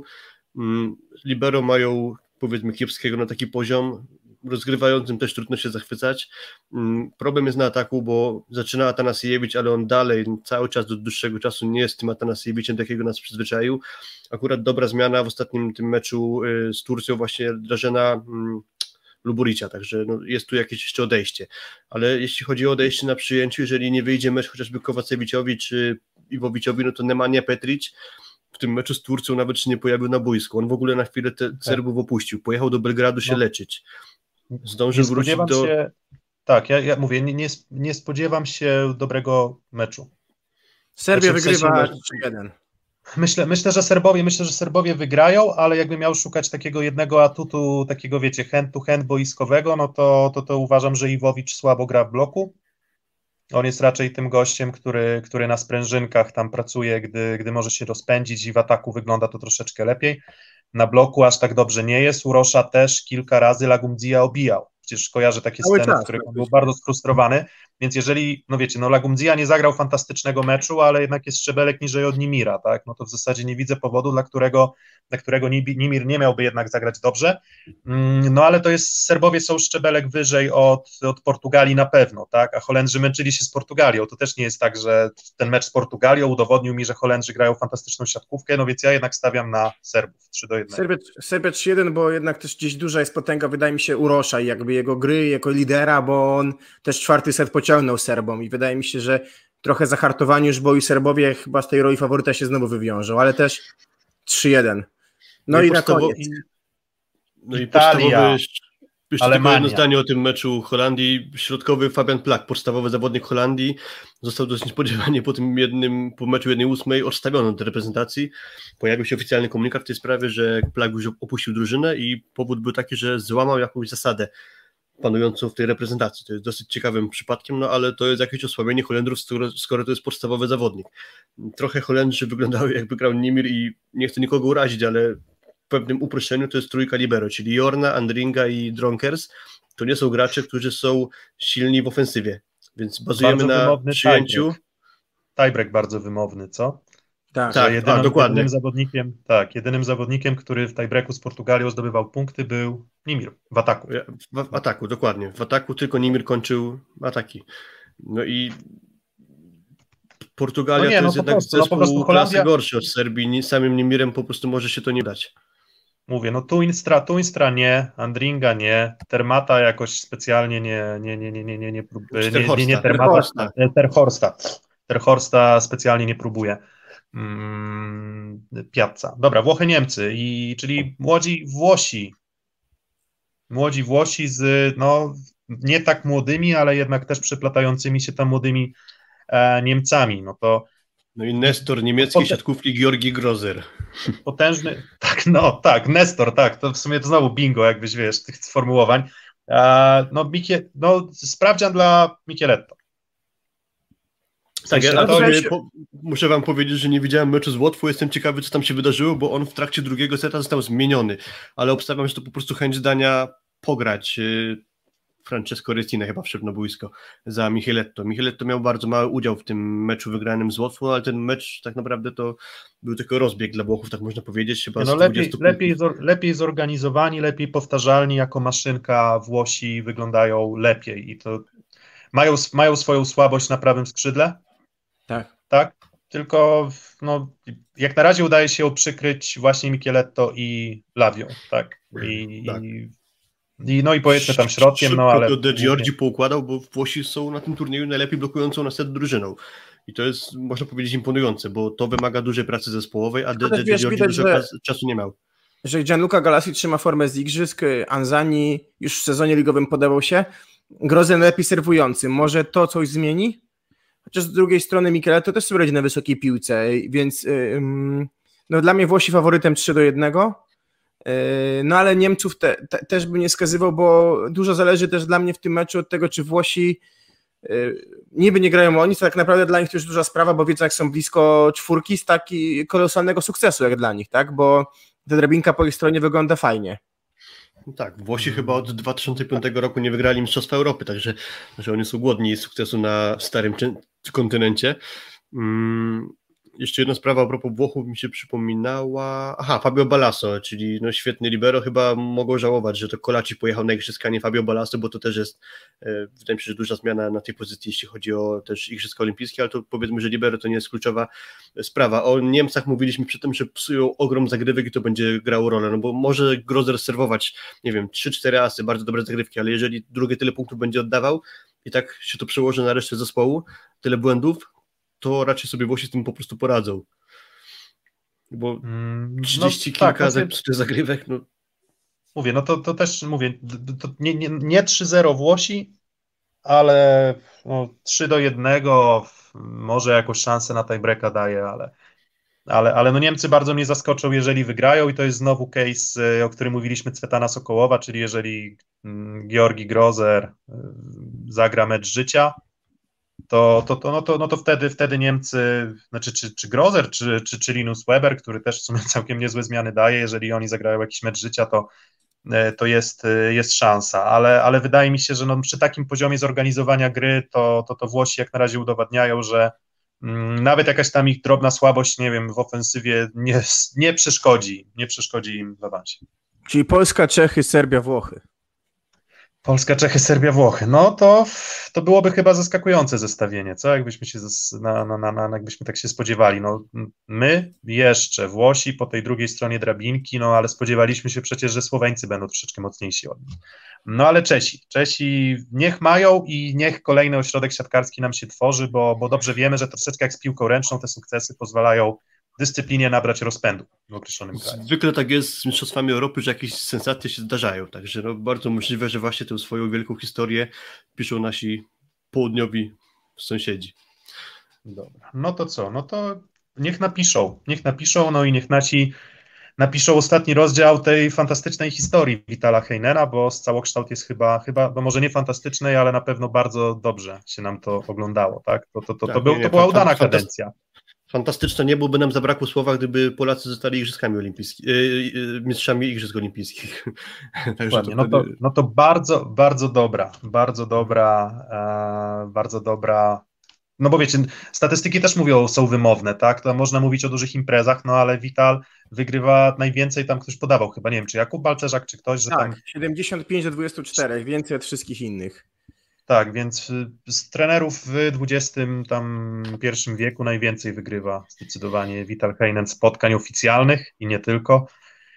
Libero mają, powiedzmy, kiepskiego na taki poziom, rozgrywającym też trudno się zachwycać. Problem jest na ataku, bo zaczyna Atanasiewicz, ale on dalej cały czas do dłuższego czasu nie jest tym Atanasiewiciem, do jakiego nas przyzwyczaił. Akurat dobra zmiana w ostatnim tym meczu z Turcją, właśnie Drażena Luburicia, także no jest tu jakieś jeszcze odejście. Ale jeśli chodzi o odejście na przyjęciu, jeżeli nie wyjdzie mecz chociażby Kovaceviciowi czy Iwowiciowi, no to Nemanja Petric w tym meczu z Turcją nawet się nie pojawił na boisku. On w ogóle na chwilę te Serbów opuścił. Pojechał do Belgradu się no. leczyć. Zdążył wrócić do... Się, tak, ja, ja mówię, nie, nie, nie spodziewam się dobrego meczu. Serbia znaczy, wygrywa trzy jeden. Myślę, myślę, że Serbowie, myślę, że Serbowie wygrają, ale jakbym miał szukać takiego jednego atutu, takiego wiecie, hand to hand boiskowego, no to, to, to uważam, że Iwowicz słabo gra w bloku. On jest raczej tym gościem, który, który na sprężynkach tam pracuje, gdy, gdy może się rozpędzić i w ataku wygląda to troszeczkę lepiej. Na bloku aż tak dobrze nie jest. Urosza też kilka razy Lagumdzija obijał. Przecież kojarzę takie Cały sceny, czas, w których tak. on był bardzo sfrustrowany, więc jeżeli, no wiecie, no Lagumdzija nie zagrał fantastycznego meczu, ale jednak jest szczebelek niżej od Nimira, tak, no to w zasadzie nie widzę powodu, dla którego, dla którego Nimir nie miałby jednak zagrać dobrze, no ale to jest, Serbowie są szczebelek wyżej od, od Portugalii na pewno, tak, a Holendrzy męczyli się z Portugalią, to też nie jest tak, że ten mecz z Portugalią udowodnił mi, że Holendrzy grają fantastyczną siatkówkę, no więc ja jednak stawiam na Serbów trzy do jednego. Serbia, Serbia trzy jeden, bo jednak też gdzieś duża jest potęga, wydaje mi się, Urosza i jakby jego gry jako lidera, bo on też czwarty set pociągnął Serbom i wydaje mi się, że trochę zahartowani już, bo i Serbowie chyba z tej roli faworyta się znowu wywiążą, ale też trzy jeden. No, no i, i na koniec. No i Italia, podstawowy, jeszcze Alemania. tylko jedno zdanie o tym meczu Holandii. Środkowy Fabian Plak, podstawowy zawodnik Holandii, został dosyć niespodziewanie po tym jednym, po meczu jednej ósmej odstawiony od reprezentacji. Pojawił się oficjalny komunikat w tej sprawie, że Plak już opuścił drużynę i powód był taki, że złamał jakąś zasadę panującą w tej reprezentacji. To jest dosyć ciekawym przypadkiem, no ale to jest jakieś osłabienie Holendrów, skoro, skoro to jest podstawowy zawodnik. Trochę Holendrzy wyglądały, jakby grał Nimir i nie chcę nikogo urazić, ale w pewnym uproszczeniu to jest trójka libero, czyli Jorna, Andringa i Dronkers. To nie są gracze, którzy są silni w ofensywie, więc bazujemy bardzo na przyjęciu. Tiebreak. tiebreak bardzo wymowny, co? Tak, tak, jedynym, a, dokładnie. Jedynym zawodnikiem, tak, jedynym zawodnikiem, który w tiebreaku z Portugalią zdobywał punkty, był Nimir w ataku. W, w ataku, dokładnie. W ataku tylko Nimir kończył ataki. No i Portugalia no nie, to jest no jednak prostu, zespół no Holandia... klasy gorszy od Serbii. Samym Nimirem po prostu może się to nie dać. Mówię, no Tuinstra, Tuinstra nie, Andringa nie, Termata jakoś specjalnie nie, nie, nie, nie, nie, nie, nie, nie, nie, nie, nie Termata, Terhorsta. Terhorsta specjalnie nie próbuje. Hmm, Piazza. Dobra, Włochy, Niemcy, i, czyli młodzi Włosi. Młodzi Włosi z, no, nie tak młodymi, ale jednak też przeplatającymi się tam młodymi e, Niemcami. No to No i Nestor niemieckiej Potem... siatkówki Georgi Grozer. Potężny, tak, no tak, Nestor, tak, to w sumie to znowu bingo, jakbyś wiesz, tych sformułowań. E, no, Mikie, no sprawdzian dla Micheletto. W sensie, tak, ja, ja po, muszę wam powiedzieć, że nie widziałem meczu z Łotwą, jestem ciekawy, co tam się wydarzyło, bo on w trakcie drugiego seta został zmieniony, ale obstawiam, że to po prostu chęć dania pograć. Francesco Restina chyba wszedł na boisko za Micheletto. Micheletto miał bardzo mały udział w tym meczu wygranym z Łotwą, ale ten mecz tak naprawdę to był tylko rozbieg dla Włochów, tak można powiedzieć. Chyba no lepiej, lepiej, lepiej zorganizowani, lepiej powtarzalni, jako maszynka Włosi wyglądają lepiej i to mają, mają swoją słabość na prawym skrzydle. Tak. Tak, tylko no, jak na razie udaje się ją przykryć właśnie Micheletto i Lavią, tak. I, tak. i I, no i powiedzmy tam środkiem, Szybko no ale... Szybko De Giorgi poukładał, bo Włosi są na tym turnieju najlepiej blokującą na set drużyną. I to jest, można powiedzieć, imponujące, bo to wymaga dużej pracy zespołowej, a De, De, De Giorgi dużo że, czasu nie miał. Że Gianluca Galassi trzyma formę z igrzysk, Anzani już w sezonie ligowym podawał się, Grozen lepiej serwujący. Może to coś zmieni? Chociaż z drugiej strony Micheletto też sobie radzi na wysokiej piłce, więc yy, no, dla mnie Włosi faworytem trzy do jednego. No ale Niemców te, te, też bym nie skazywał, bo dużo zależy też dla mnie w tym meczu od tego, czy Włosi niby nie grają o nic, to tak naprawdę dla nich to już duża sprawa, bo wiedzą, jak są blisko czwórki z taki kolosalnego sukcesu jak dla nich, tak? Bo ta drabinka po ich stronie wygląda fajnie. No tak, Włosi chyba od dwa tysiące piątego roku nie wygrali Mistrzostwa Europy, także że oni są głodni sukcesu na starym kontynencie. Hmm. Jeszcze jedna sprawa a propos Włochów mi się przypominała. Aha, Fabio Balasso, czyli no świetny libero. Chyba mogą żałować, że to Kolaci pojechał na igrzyska, nie Fabio Balasso, bo to też jest, e, wydaje mi się, że duża zmiana na tej pozycji, jeśli chodzi o też igrzyska olimpijskie, ale to powiedzmy, że libero to nie jest kluczowa sprawa. O Niemcach mówiliśmy przy tym, że psują ogrom zagrywek i to będzie grało rolę, no bo może Grozer serwować, nie wiem, trzy cztery asy, bardzo dobre zagrywki, ale jeżeli drugie tyle punktów będzie oddawał i tak się to przełoży na resztę zespołu, tyle błędów, to raczej sobie Włosi z tym po prostu poradzą. Bo trzydzieści no, kilka tak, zepsutych zagrywek, no. Mówię, no to, to też mówię, to nie, nie, nie trzy zero Włosi, ale no, trzy do jednego, może jakąś szansę na tiebreaka daje, ale, ale, ale no Niemcy bardzo mnie zaskoczą, jeżeli wygrają i to jest znowu case, o którym mówiliśmy, Cwetana Sokołowa, czyli jeżeli Georgi Grozer zagra mecz życia, to, to, to, no to, no to wtedy, wtedy Niemcy, znaczy czy, czy Grozer, czy, czy, czy Linus Weber, który też w sumie całkiem niezłe zmiany daje, jeżeli oni zagrają jakiś mecz życia, to, to jest, jest szansa, ale, ale wydaje mi się, że no przy takim poziomie zorganizowania gry, to, to, to Włosi jak na razie udowadniają, że mm, nawet jakaś tam ich drobna słabość, nie wiem, w ofensywie nie, nie przeszkodzi, nie przeszkodzi im w awansie. Czyli Polska, Czechy, Serbia, Włochy. Polska, Czechy, Serbia, Włochy. No to, to byłoby chyba zaskakujące zestawienie, co? Jakbyśmy się na, na, na, na, jakbyśmy tak się spodziewali. No, my jeszcze, Włosi po tej drugiej stronie drabinki, no ale spodziewaliśmy się przecież, że Słoweńcy będą troszeczkę mocniejsi od nich. No ale Czesi, Czesi niech mają i niech kolejny ośrodek siatkarski nam się tworzy, bo, bo dobrze wiemy, że troszeczkę jak z piłką ręczną te sukcesy pozwalają dyscyplinie nabrać rozpędu w określonym kraju. Zwykle tak jest z Mistrzostwami Europy, że jakieś sensacje się zdarzają, także no bardzo możliwe, że właśnie tę swoją wielką historię piszą nasi południowi sąsiedzi. Dobra, no to co, no to niech napiszą, niech napiszą, no i niech nasi napiszą ostatni rozdział tej fantastycznej historii Vitala Heinera, bo z całokształt jest chyba, chyba, no może nie fantastycznej, ale na pewno bardzo dobrze się nam to oglądało, tak? To, to, to, tak, to, był, nie, nie, to była fant- udana fantast- kadencja. Fantastyczne nie byłoby nam zabrakło słowa, gdyby Polacy zostali igrzyskami olimpijskimi, yy, mistrzami igrzysk olimpijskich. Także to no, to, wtedy... no to bardzo, bardzo dobra, bardzo dobra, e, bardzo dobra, no bo wiecie, statystyki też mówią, są wymowne, tak, to można mówić o dużych imprezach, no ale Vital wygrywa najwięcej, tam ktoś podawał chyba, nie wiem, czy Jakub Balcerzak, czy ktoś, że tak, tam... siedemdziesiąt pięć do dwudziestu czterech, więcej od wszystkich innych. Tak, więc z trenerów w dwudziestym pierwszym wieku najwięcej wygrywa zdecydowanie Vital Heinen spotkań oficjalnych i nie tylko.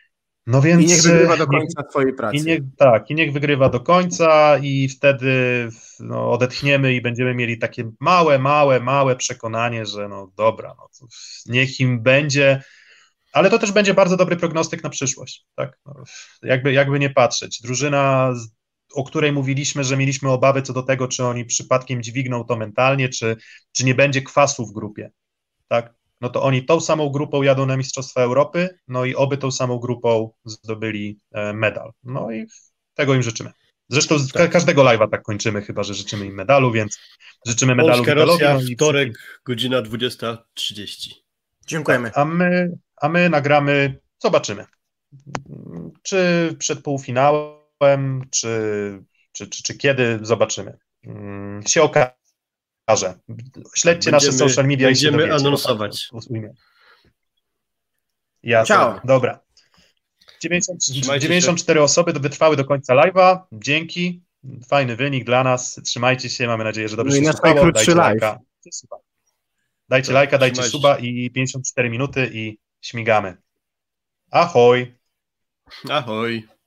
No więc, I niech wygrywa do końca niech, swojej pracy. I niech, tak, i niech wygrywa do końca i wtedy no, odetchniemy i będziemy mieli takie małe, małe, małe przekonanie, że no dobra, no, to niech im będzie, ale to też będzie bardzo dobry prognostyk na przyszłość. Tak? No, jakby, jakby nie patrzeć. Drużyna, o której mówiliśmy, że mieliśmy obawy co do tego, czy oni przypadkiem dźwigną to mentalnie, czy, czy nie będzie kwasu w grupie, tak? No to oni tą samą grupą jadą na Mistrzostwa Europy, no i oby tą samą grupą zdobyli medal. No i tego im życzymy. Zresztą tak. Każdego live'a tak kończymy, chyba że życzymy im medalu, więc życzymy medalu Polska, Vitalowi. Rosja, no wtorek, i... godzina dwudziesta trzydzieści. Dziękujemy. Tak, a, my, a my nagramy, zobaczymy. Czy przed półfinałem, czy, czy, czy, czy kiedy, zobaczymy. Hmm, się okaże. Śledźcie będziemy, nasze social media i się będziemy anonsować. Ja Ciao. Dobra. dziewięćdziesiąt, dziewięćdziesiąt cztery się. Osoby wytrwały do końca live'a. Dzięki. Fajny wynik dla nas. Trzymajcie się. Mamy nadzieję, że dobrze no się i słuchało. Dajcie live. lajka. Dajcie lajka, dajcie suba i pięćdziesiąt cztery minuty i śmigamy. Ahoj. Ahoj.